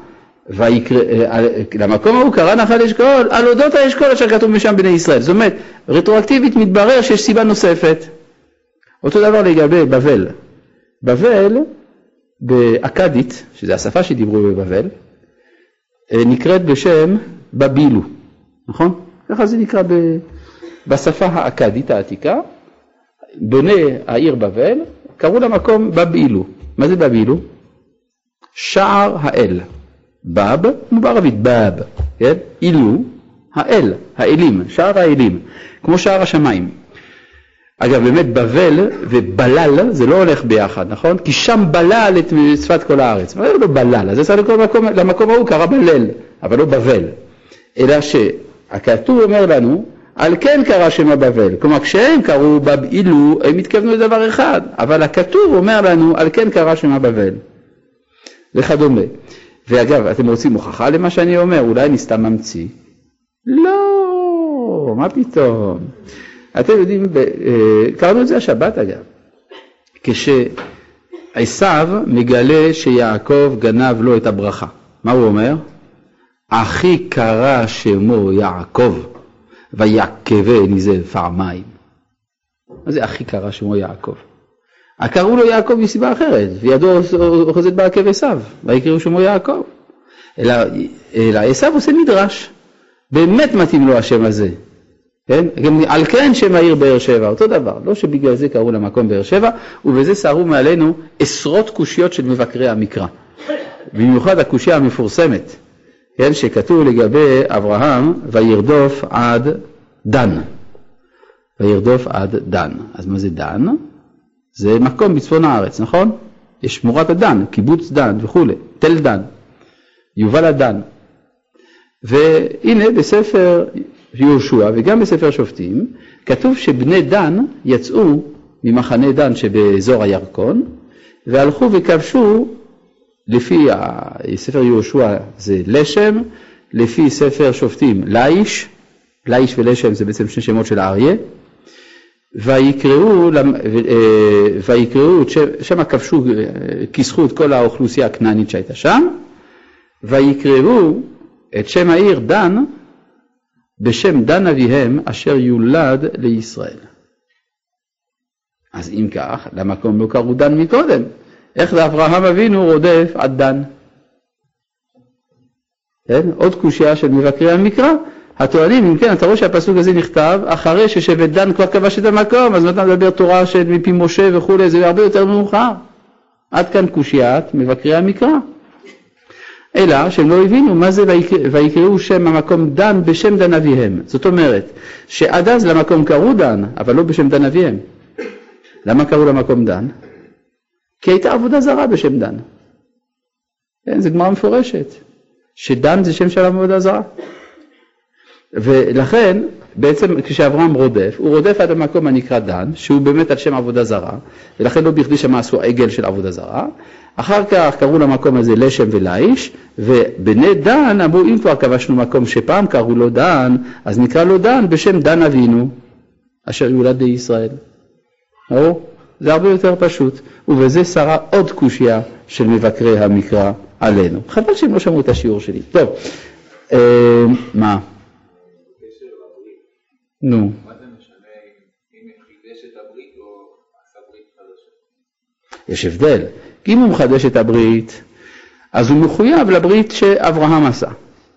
[SPEAKER 1] למקום ההוא קרא נחל אשכול, על אודות האשכול אשר כתוב משם בני ישראל. זאת אומרת, רטרואקטיבית מתברר שיש סיבה נוספת. אותו דבר לגבי בבל. בבל, באקדית, שזה השפה שדיברו בבבל, נקראת בשם בבילו. נכון? ככה זה נקרא בשפה האקדית העתיקה. בוני העיר בבל, קראו למקום בבילו. מה זה בבילו? שער האל. בב, כמו בערבית, בב. כן? אילו, האל, האלים, שער האלים. כמו שער השמיים. אגב, באמת בבל ובלל זה לא הולך ביחד, נכון? כי שם בלל את שפת כל הארץ. אבל לא בלל, אז זה למקום ההוא קרא בלל, אבל לא בבל. אלא שהכתוב אומר לנו, על כן קרא שם הבבל. כלומר, כשהם קראו בבילו, הם התכוונו לדבר אחד. אבל הכתוב אומר לנו, על כן קרא שם הבבל. וכדומה. ואגב, אתם רוצים הוכחה למה שאני אומר? אולי אני סתם ממציא? לא, מה פתאום? אתם יודעים, קראנו את זה השבת אגב. כשעשיו מגלה שיעקב גנב לו את הברכה. מה הוא אומר? אחי קרא שמו יעקב. ויקבני זה פעמיים. מה זה הכי קרא שמו יעקב? קראו לו יעקב מסיבה אחרת, וידו אוחזת בעקב עשיו, ויקראו שמו יעקב. אלא עשיו עושה מדרש, באמת מתאים לו השם הזה. כן? גם על כן שם העיר באר שבע, אותו דבר, לא שבגלל זה קראו למקום באר שבע, ובזה סערו מעלינו עשרות קושיות של מבקרי המקרא. במיוחד הקושיה המפורסמת. כן, שכתוב לגבי אברהם, וירדוף עד דן. וירדוף עד דן. אז מה זה דן? זה מקום בצפון הארץ, נכון? יש שמורת הדן, קיבוץ דן וכו', תל דן, יובל הדן. והנה בספר יהושע וגם בספר שופטים, כתוב שבני דן יצאו ממחנה דן שבאזור הירקון, והלכו וכבשו, לפי ספר יהושע זה לשם, לפי ספר שופטים ליש, ליש ולשם זה בעצם שני שמות של האריה, ויקראו שם כבשו, כיסחו את כל האוכלוסייה הכנענית שהייתה שם, ויקראו את שם העיר דן בשם דן אביהם אשר יולד לישראל. אז אם כך, למקום לא קראו דן מקודם. איך לאברהם אבינו רודף עד דן? כן? עוד קושיה של מבקרי המקרא. הטוענים, אם כן, אתה רואה שהפסוק הזה נכתב, אחרי ששבט דן כבר כבש את המקום, אז אתה מדבר תורה של מפי משה וכו', זה הרבה יותר מאוחר. עד כאן קושיית מבקרי המקרא. אלא שהם לא הבינו מה זה ויקראו שם המקום דן בשם דן אביהם. זאת אומרת, שעד אז למקום קראו דן, אבל לא בשם דן אביהם. למה קראו למקום דן? כי הייתה עבודה זרה בשם דן. כן, זה גמרא מפורשת. שדן זה שם של עבודה זרה. ולכן, בעצם כשאברהם רודף, הוא רודף עד המקום הנקרא דן, שהוא באמת על שם עבודה זרה, ולכן לא בכדי שם עשו עגל של עבודה זרה. אחר כך קראו למקום הזה לשם ולאיש, ובני דן אמרו, אם כבר כבשנו מקום שפעם קראו לו דן, אז נקרא לו דן בשם דן אבינו, אשר יולד לישראל. זה הרבה יותר פשוט, ובזה שרה עוד קושיה של מבקרי המקרא עלינו. חבל שהם לא שמעו את השיעור שלי. טוב, מה? נו.
[SPEAKER 2] מה זה משנה אם חידש את הברית או עשה ברית חדשה?
[SPEAKER 1] יש הבדל. אם הוא מחדש את הברית, אז הוא מחויב לברית שאברהם עשה.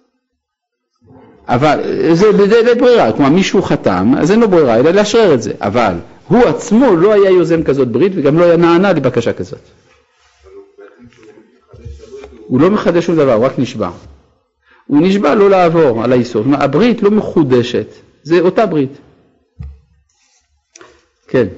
[SPEAKER 1] אבל זה בדלת ברירה, כלומר מישהו חתם, אז אין לו ברירה, אלא לאשרר את זה. אבל הוא עצמו לא היה יוזם כזאת ברית, וגם לא היה נענה לבקשה כזאת. הוא לא מחדש שום דבר, הוא רק נשבע. הוא נשבע לא לעבור על האיסור. כלומר, הברית לא מחודשת, זה אותה ברית. כן.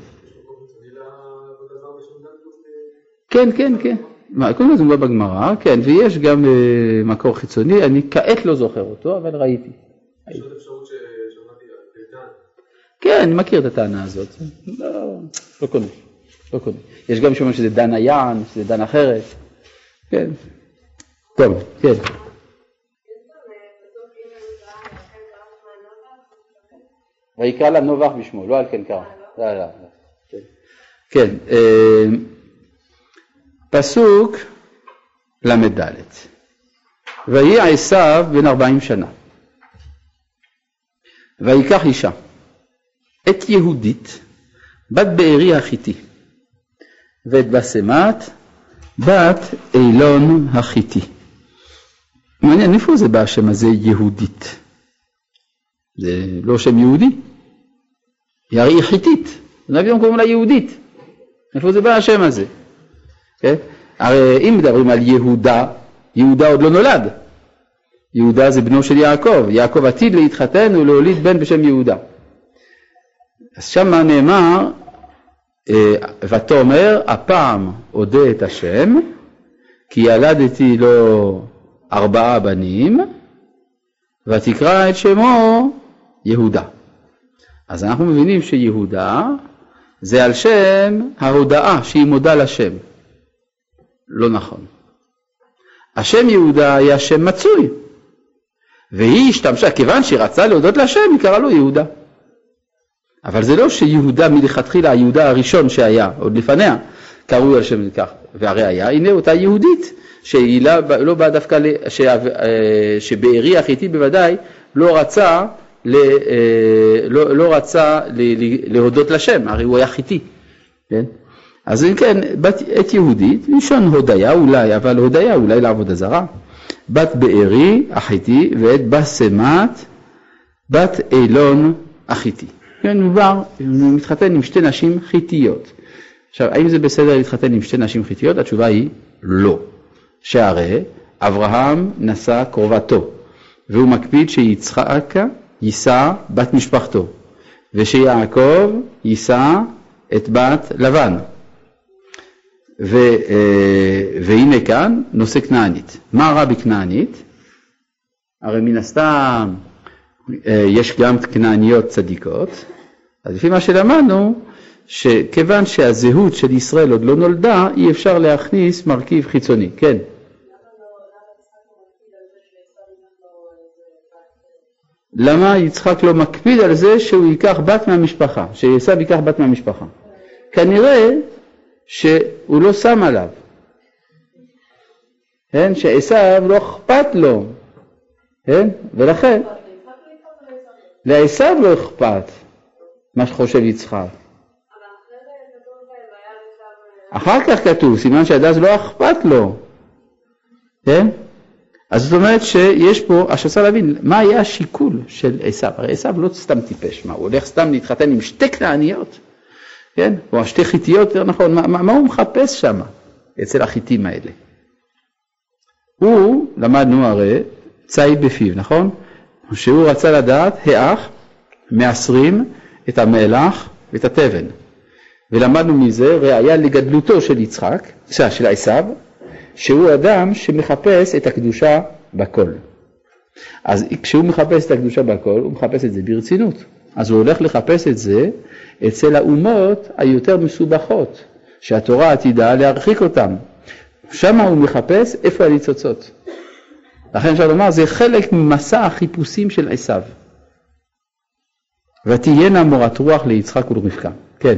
[SPEAKER 1] כן, כן, כן. קודם כל זה מובא בגמרא, כן, ויש גם מקור חיצוני, אני כעת לא זוכר אותו, אבל ראיתי.
[SPEAKER 2] יש עוד אפשרות ששמעתי על דן.
[SPEAKER 1] כן, אני מכיר את הטענה הזאת. לא קונה, לא קונה. יש גם שאומרים שזה דן היען, שזה דן אחרת. כן. טוב, כן. ויקרא לה נובח בשמו, לא על כן קרא. לא. כן. פסוק למד ד' ויהי עשיו בן 40 שנה ויקח אישה את יהודית בת בארי החיתי ואת בסמת בת אילון החיתי. מעניין, איפה זה בא השם הזה יהודית? זה לא שם יהודי, הרי היא חיתית, נביא קוראים לה יהודית. איפה זה בא השם הזה? Okay? הרי אם מדברים על יהודה, יהודה עוד לא נולד. יהודה זה בנו של יעקב, יעקב עתיד להתחתן ולהוליד בן בשם יהודה. אז שם נאמר, ותאמר הפעם אודה את השם, כי ילדתי לו 4 בנים, ותקרא את שמו יהודה. אז אנחנו מבינים שיהודה זה על שם ההודעה שהיא מודה לשם. לא נכון. השם יהודה היה שם מצוי, והיא השתמשה, כיוון שהיא רצה להודות לשם, היא קראה לו יהודה. אבל זה לא שיהודה מלכתחילה, היהודה הראשון שהיה, עוד לפניה, קראו על שם כך. והרי היה, הנה אותה יהודית, שהיא לא באה דווקא, שבארי החיתי בוודאי, לא רצה להודות לשם, הרי הוא היה חיתי. כן? אז אם כן, את יהודית, ראשון הודיה אולי, אבל הודיה אולי לעבודה זרה, בת בארי החיתי ואת בסמת בת אילון החיתי. כן, הוא מתחתן עם 2 נשים חיתיות. עכשיו, האם זה בסדר להתחתן עם 2 נשים חיתיות? התשובה היא לא. שהרי אברהם נשא קרובתו, והוא מקפיד שיצחק יישא בת משפחתו, ושיעקב יישא את בת לבן. והנה כאן נושא כנענית. מה רע בכנענית? הרי מן הסתם יש גם כנעניות צדיקות, אז לפי מה שלמדנו, שכיוון שהזהות של ישראל עוד לא נולדה, אי אפשר להכניס מרכיב חיצוני. כן. למה יצחק לא מקפיד על זה שהוא ייקח בת מהמשפחה, שעשיו ייקח בת מהמשפחה? כנראה שהוא לא שם עליו, כן? שעשיו לא אכפת לו, כן? ולכן לעשיו לא אכפת מה שחושב יצחק. אחר כך כתוב, סימן שעד אז לא אכפת לו, כן? אז זאת אומרת שיש פה, השצה להבין, מה היה השיקול של עשיו? הרי עשיו לא סתם טיפש, מה, הוא הולך סתם להתחתן עם 2 כנעניות, כן? או 2 חיתיות, יותר נכון, מה הוא מחפש שם אצל החיתים האלה? הוא, למדנו הרי, ציד בפיו, נכון? שהוא רצה לדעת, האח, מעשרים את המלח ואת התבן. ולמדנו מזה ראיה לגדלותו של יצחק, של עשיו, שהוא אדם שמחפש את הקדושה בכל. אז כשהוא מחפש את הקדושה בכל, הוא מחפש את זה ברצינות. אז הוא הולך לחפש את זה אצל האומות היותר מסובכות, שהתורה עתידה להרחיק אותם. שם הוא מחפש איפה הניצוצות. לכן אפשר לומר, זה חלק ממסע החיפושים של עשיו. ותהיינה מורת רוח ליצחק ולרבקה. כן.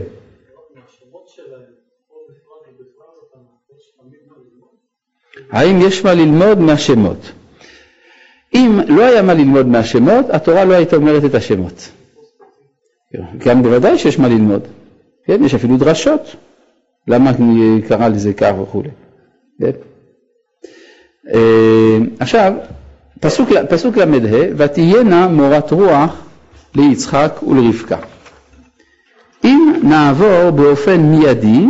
[SPEAKER 1] האם יש מה ללמוד מהשמות? אם לא היה מה ללמוד מהשמות, התורה לא הייתה אומרת את השמות. גם בוודאי שיש מה ללמוד. כן, יש אפילו דרשות. למה קרא לזה כך וכו'. כן? עכשיו, פסוק למ"ה, ותהיינה מורת רוח ליצחק ולרבקה. אם נעבור באופן מיידי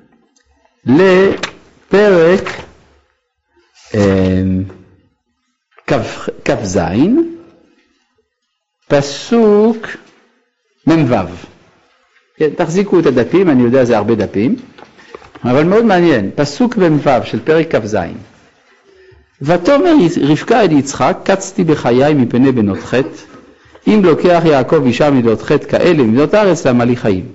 [SPEAKER 1] לפרק כ"ז, פסוק מ"ו. כן, תחזיקו את הדפים, אני יודע זה הרבה דפים, אבל מאוד מעניין. פסוק מ"ו של פרק כ"ז. ותאמר רבקה אל יצחק, קצתי בחיי מפני בנות חטא, אם לוקח יעקב אישה מבנות חטא כאלה מבנות הארץ, למה לי חיים?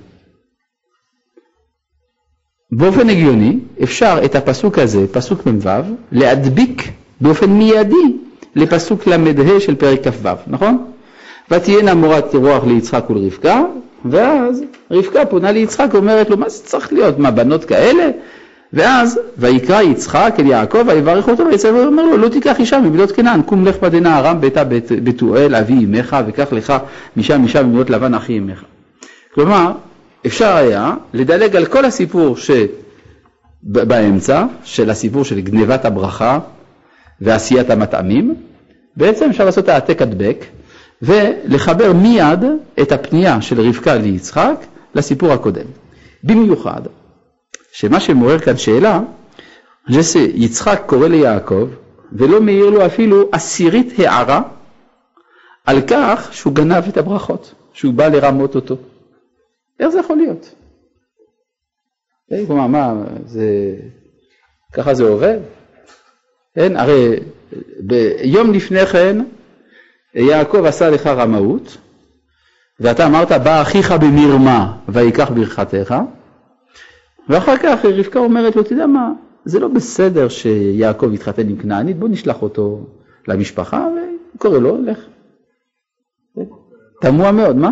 [SPEAKER 1] באופן הגיוני אפשר את הפסוק הזה, פסוק מ"ו, להדביק באופן מיידי לפסוק למ"ה של פרק כ"ו, נכון? ותהיינה מורת רוח ליצחק ולרבקה, ואז רבקה פונה ליצחק ואומרת לו, מה זה צריך להיות? מה, בנות כאלה? ואז ויקרא יצחק אל יעקב ויברך אותו, ויצחק ואומר לו, לא תיקח אישה מבנות כנען, קום לך בדנה ארם ביתה בתואל אבי אמך, וקח לך משם מבנות לבן אחי אמך. כלומר, אפשר היה לדלג על כל הסיפור שבאמצע, של הסיפור של גנבת הברכה ועשיית המטעמים. בעצם אפשר לעשות העתק הדבק ולחבר מיד את הפנייה של רבקה ליצחק לסיפור הקודם. במיוחד שמה שמעורר כאן שאלה, זה יצחק קורא ליעקב ולא מעיר לו אפילו עשירית הערה על כך שהוא גנב את הברכות, שהוא בא לרמות אותו. איך זה יכול להיות? כלומר, מה, ככה זה עובד? כן, הרי ביום לפני כן יעקב עשה לך רמאות, ואתה אמרת, בא אחיך במרמה ויקח ברכתך, ואחר כך רבקה אומרת לו, תדע מה, זה לא בסדר שיעקב יתחתן עם כנענית, בוא נשלח אותו למשפחה, וקורא לו, לך. תמוה מאוד, מה?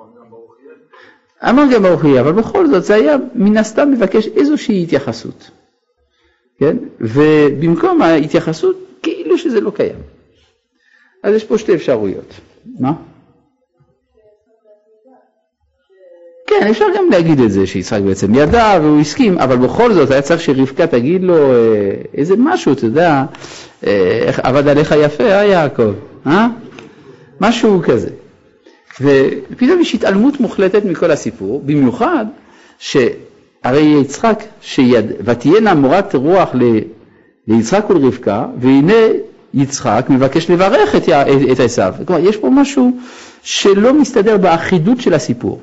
[SPEAKER 1] אמר גם ברוך יהיה, אבל בכל זאת זה היה מן הסתם מבקש איזושהי התייחסות. כן? ובמקום ההתייחסות, כאילו שזה לא קיים. אז יש פה שתי אפשרויות. מה? כן, אפשר גם להגיד את זה, שיצחק בעצם ידע והוא הסכים, אבל בכל זאת היה צריך שרבקה תגיד לו איזה משהו, אתה יודע, עבד עליך יפה, יעקב, משהו כזה. ופתאום יש התעלמות מוחלטת מכל הסיפור, במיוחד שהרי יצחק ותהיינה מורת רוח ליצחק ולרבקה, והנה יצחק מבקש לברך את עשיו. כלומר, יש פה משהו שלא מסתדר באחידות של הסיפור.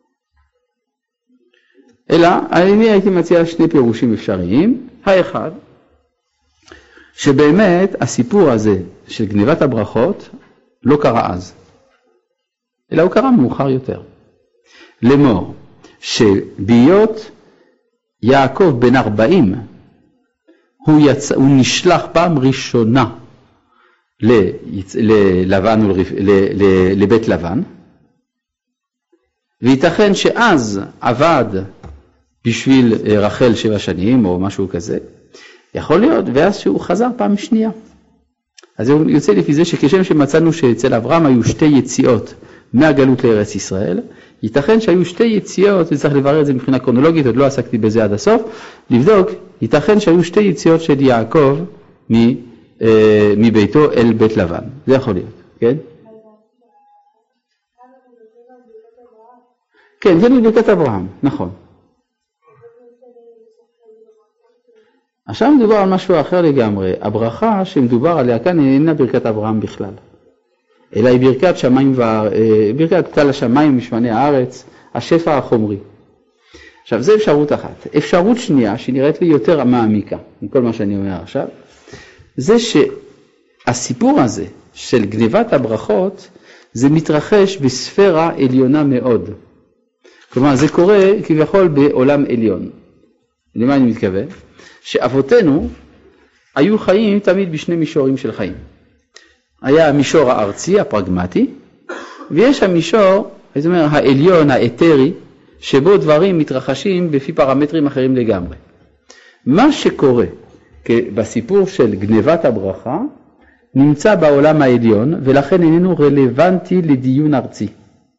[SPEAKER 1] אלא, אני הייתי מציע שני פירושים אפשריים. האחד, שבאמת הסיפור הזה של גניבת הברכות לא קרה אז, אלא הוא קרה מאוחר יותר. לאמור, שבהיות יעקב בן 40, הוא נשלח פעם ראשונה ללבן, לבית לבן, וייתכן שאז עבד בשביל רחל 7 שנים או משהו כזה, יכול להיות, ואז שהוא חזר פעם שנייה. אז הוא יוצא לפי זה שכשם שמצאנו שאצל אברהם היו 2 יציאות מהגלות לארץ ישראל, ייתכן שהיו 2 יציאות, וצריך לברר את זה מבחינה קרונולוגית, עוד לא עסקתי בזה עד הסוף, לבדוק, ייתכן שהיו 2 יציאות של יעקב מביתו אל בית לבן. זה יכול להיות, כן? כן, זה מברכת אברהם, נכון. עכשיו מדובר על משהו אחר לגמרי. הברכה שמדובר עליה כאן אינה ברכת אברהם בכלל, אלא היא ברכת שמיים ברכת כלל השמיים ומשמני הארץ, השפע החומרי. עכשיו, זו אפשרות אחת. אפשרות שנייה, שנראית לי יותר מעמיקה, מכל מה שאני אומר עכשיו, זה שהסיפור הזה של גניבת הברכות זה מתרחש בספירה עליונה מאוד. כלומר זה קורה כביכול בעולם עליון. למה אני מתכוון? שאבותינו היו חיים תמיד בשני מישורים של חיים. היה המישור הארצי, הפרגמטי, ויש המישור, זאת אומרת, העליון, האתרי, שבו דברים מתרחשים בפי פרמטרים אחרים לגמרי. מה שקורה בסיפור של גניבת הברכה, נמצא בעולם העליון, ולכן איננו רלוונטי לדיון ארצי.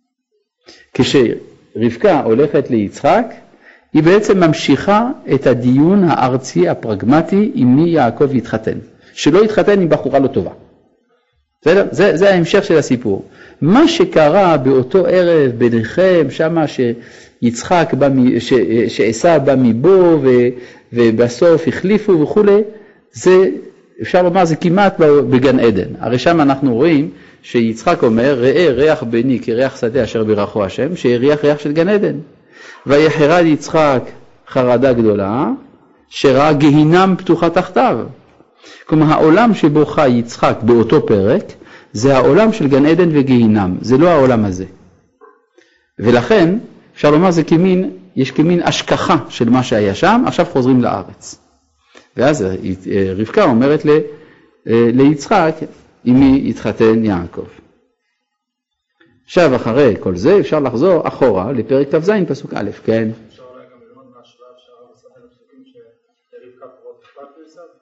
[SPEAKER 1] כשרבקה הולכת ליצחק, היא בעצם ממשיכה את הדיון הארצי הפרגמטי עם מי יעקב יתחתן. שלא יתחתן עם בחורה לא טובה. זה ההמשך של הסיפור. מה שקרה באותו ערב ביניכם, שמה שיצחק, שעשיו בא מבו ובסוף החליפו וכו', זה אפשר לומר זה כמעט בגן עדן. הרי שם אנחנו רואים שיצחק אומר, ראה ריח בני כריח שדה אשר בירכו השם, שהריח ריח של גן עדן. ויחרד יצחק חרדה גדולה, שראה גיהינם פתוחה תחתיו. כלומר העולם שבו חי יצחק באותו פרק, זה העולם של גן עדן וגיהינם, זה לא העולם הזה. ולכן אפשר לומר זה יש כמין השכחה של מה שהיה שם, עכשיו חוזרים לארץ. ואז רבקה אומרת ליצחק, עם מי יתחתן יעקב. עכשיו אחרי כל זה אפשר לחזור אחורה לפרק כ"ז פסוק א', כן?
[SPEAKER 2] אפשר אולי גם ללמוד מהשלב שהרב עשה בין הפסוקים שרבקה פחות אכפת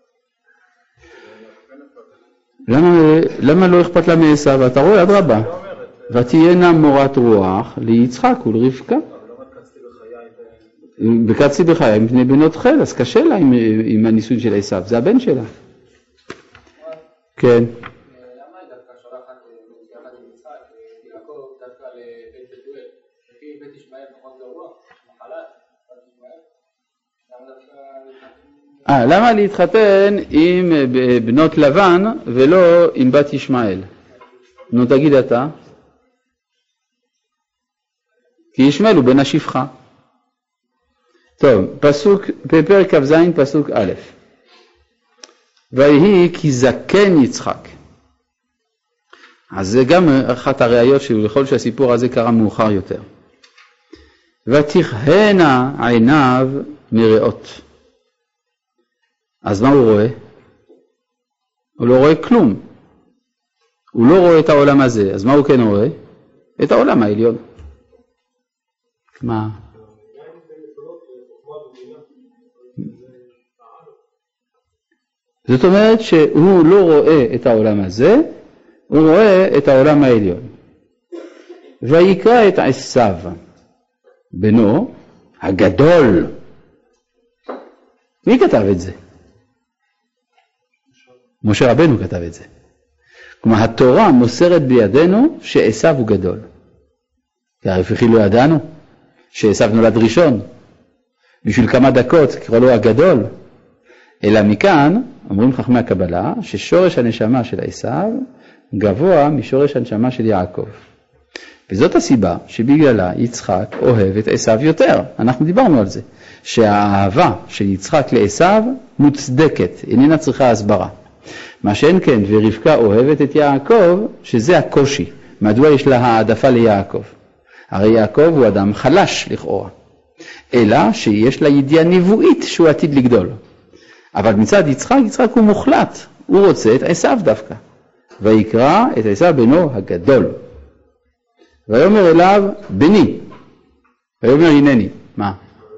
[SPEAKER 2] לעשיו?
[SPEAKER 1] למה לא אכפת לה מעשיו? אתה רואה, אדרבה. ותהיינה מורת רוח ליצחק ולרבקה. בקצתי בחיי עם בני בנות חל, אז קשה לה עם הניסוי של עשיו, זה הבן שלה. כן.
[SPEAKER 3] למה היא דווקא שולחת יחד עם יצחק, יעקב דווקא לבית בתואל, לפי בית ישמעאל פחות גרוע, מחלת,
[SPEAKER 1] למה להתחתן עם בנות לבן ולא עם בת ישמעאל? נו תגיד אתה. כי ישמעאל הוא בן השפחה. טוב, בפרק כ"ז פסוק א', ויהי כי זקן יצחק. אז זה גם אחת הראיות שיכול שהסיפור הזה קרה מאוחר יותר. ותכהנה עיניו מראות. אז מה הוא רואה? הוא לא רואה כלום. הוא לא רואה את העולם הזה. אז מה הוא כן רואה? את העולם העליון. מה? זאת אומרת שהוא לא רואה את העולם הזה, הוא רואה את העולם העליון. ויקרא את עשיו, בנו הגדול. מי כתב את זה? משה רבנו כתב את זה. כלומר, התורה מוסרת בידינו שעשיו הוא גדול. כי הרי וכי לא ידענו שעשיו נולד ראשון. בשביל כמה דקות קרא לו הגדול. אלא מכאן, אומרים חכמי הקבלה, ששורש הנשמה של עשיו גבוה משורש הנשמה של יעקב. וזאת הסיבה שבגללה יצחק אוהב את עשיו יותר. אנחנו דיברנו על זה. שהאהבה של יצחק לעשיו מוצדקת, איננה צריכה הסברה. מה שאין כן, ורבקה אוהבת את יעקב, שזה הקושי. מדוע יש לה העדפה ליעקב? הרי יעקב הוא אדם חלש לכאורה. אלא שיש לה ידיעה נבואית שהוא עתיד לגדול. אבל מצד יצחק הוא מוחלט. הוא רוצה את עשיו דווקא. ויקרא את עשיו בנו הגדול. ויאמר אליו בני. ויאמר הנני. מה?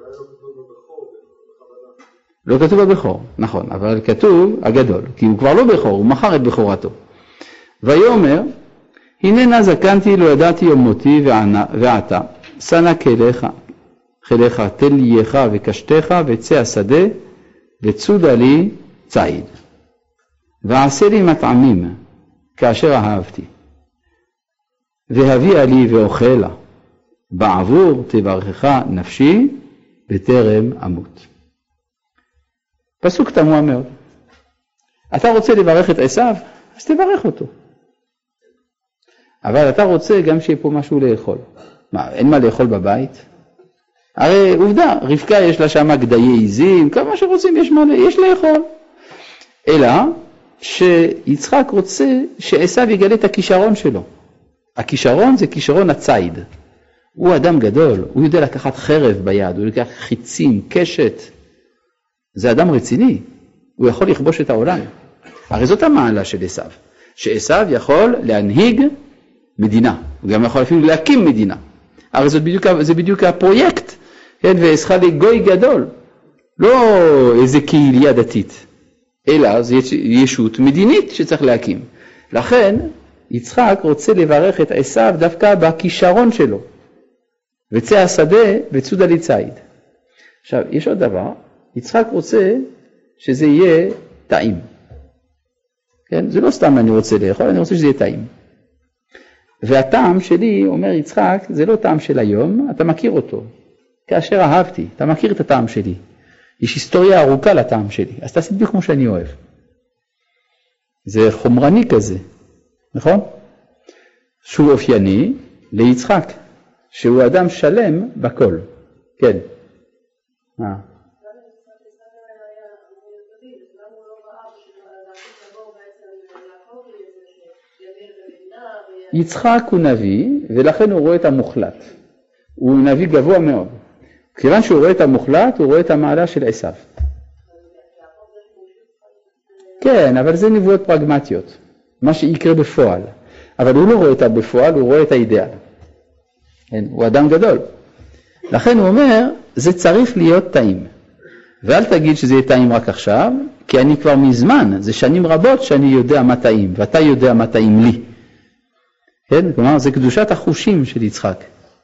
[SPEAKER 1] לא כתוב בבכור, נכון, אבל כתוב הגדול, כי הוא כבר לא בכור, הוא מכר את בכורתו. ויאמר, הננה זקנתי לא ידעתי יום מותי ועתה, שנה כליך תן ליך וקשתך וצא השדה וצודה לי ציד. ועשה לי מטעמים כאשר אהבתי. והביאה לי ואוכלה, בעבור תברכך נפשי בטרם אמות. פסוק תמוה מאוד. אתה רוצה לברך את עשיו, אז תברך אותו. אבל אתה רוצה גם שיהיה פה משהו לאכול. מה, אין מה לאכול בבית? הרי עובדה, רבקה יש לה שם גדיי עזים, כמה שרוצים יש לאכול. אלא שיצחק רוצה שעשיו יגלה את הכישרון שלו. הכישרון זה כישרון הציד. הוא אדם גדול, הוא יודע לקחת חרב ביד, הוא לקח חיצים, קשת. זה אדם רציני, הוא יכול לכבוש את העולם. הרי זאת המעלה של עשיו, שעשיו יכול להנהיג מדינה, הוא גם יכול אפילו להקים מדינה. הרי זה בדיוק הפרויקט, כן? ועשך לגוי גדול, לא איזה קהיליה דתית, אלא זה ישות מדינית שצריך להקים. לכן יצחק רוצה לברך את עשיו דווקא בכישרון שלו. וצא השדה וצודה לי ציד. עכשיו, יש עוד דבר, יצחק רוצה שזה יהיה טעים. כן? זה לא סתם אני רוצה לאכול, אני רוצה שזה יהיה טעים. והטעם שלי, אומר יצחק, זה לא טעם של היום, אתה מכיר אותו. כאשר אהבתי, אתה מכיר את הטעם שלי. יש היסטוריה ארוכה לטעם שלי, אז תעשי בדיוק כמו שאני אוהב. זה חומרני כזה, נכון? שהוא אופייני ליצחק, שהוא אדם שלם בכל. כן. יצחק הוא נביא, ולכן הוא רואה את המוחלט. הוא נביא גבוה מאוד. כיוון שהוא רואה את המוחלט, הוא רואה את המעלה של עשיו. כן, אבל זה נבואות פרגמטיות. מה שיקרה בפועל. אבל הוא לא רואה את בפועל, הוא רואה את האידאל. כן, הוא אדם גדול. לכן הוא אומר, זה צריך להיות טעים. ואל תגיד שזה יהיה טעים רק עכשיו, כי אני כבר מזמן, זה שנים רבות שאני יודע מה טעים, ואתה יודע מה טעים לי. כן? כלומר, זה קדושת החושים של יצחק.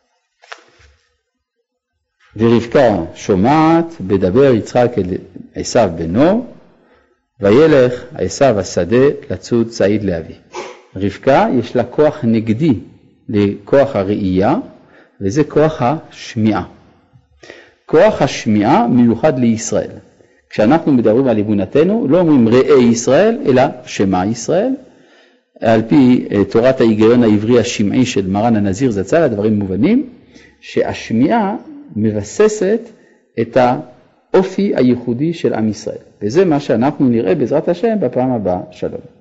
[SPEAKER 1] ורבקה שומעת, בדבר יצחק אל עשיו בנו, וילך עשיו השדה לצוד ציד לאבי. רבקה יש לה כוח נגדי לכוח הראייה, וזה כוח השמיעה. כוח השמיעה מיוחד לישראל. כשאנחנו מדברים על אמונתנו, לא אומרים ראה ישראל, אלא שמע ישראל. על פי תורת ההיגיון העברי השמעי של מרן הנזיר זצ"ל, הדברים מובנים, שהשמיעה מבססת את האופי הייחודי של עם ישראל. וזה מה שאנחנו נראה בעזרת השם בפעם הבאה. שלום.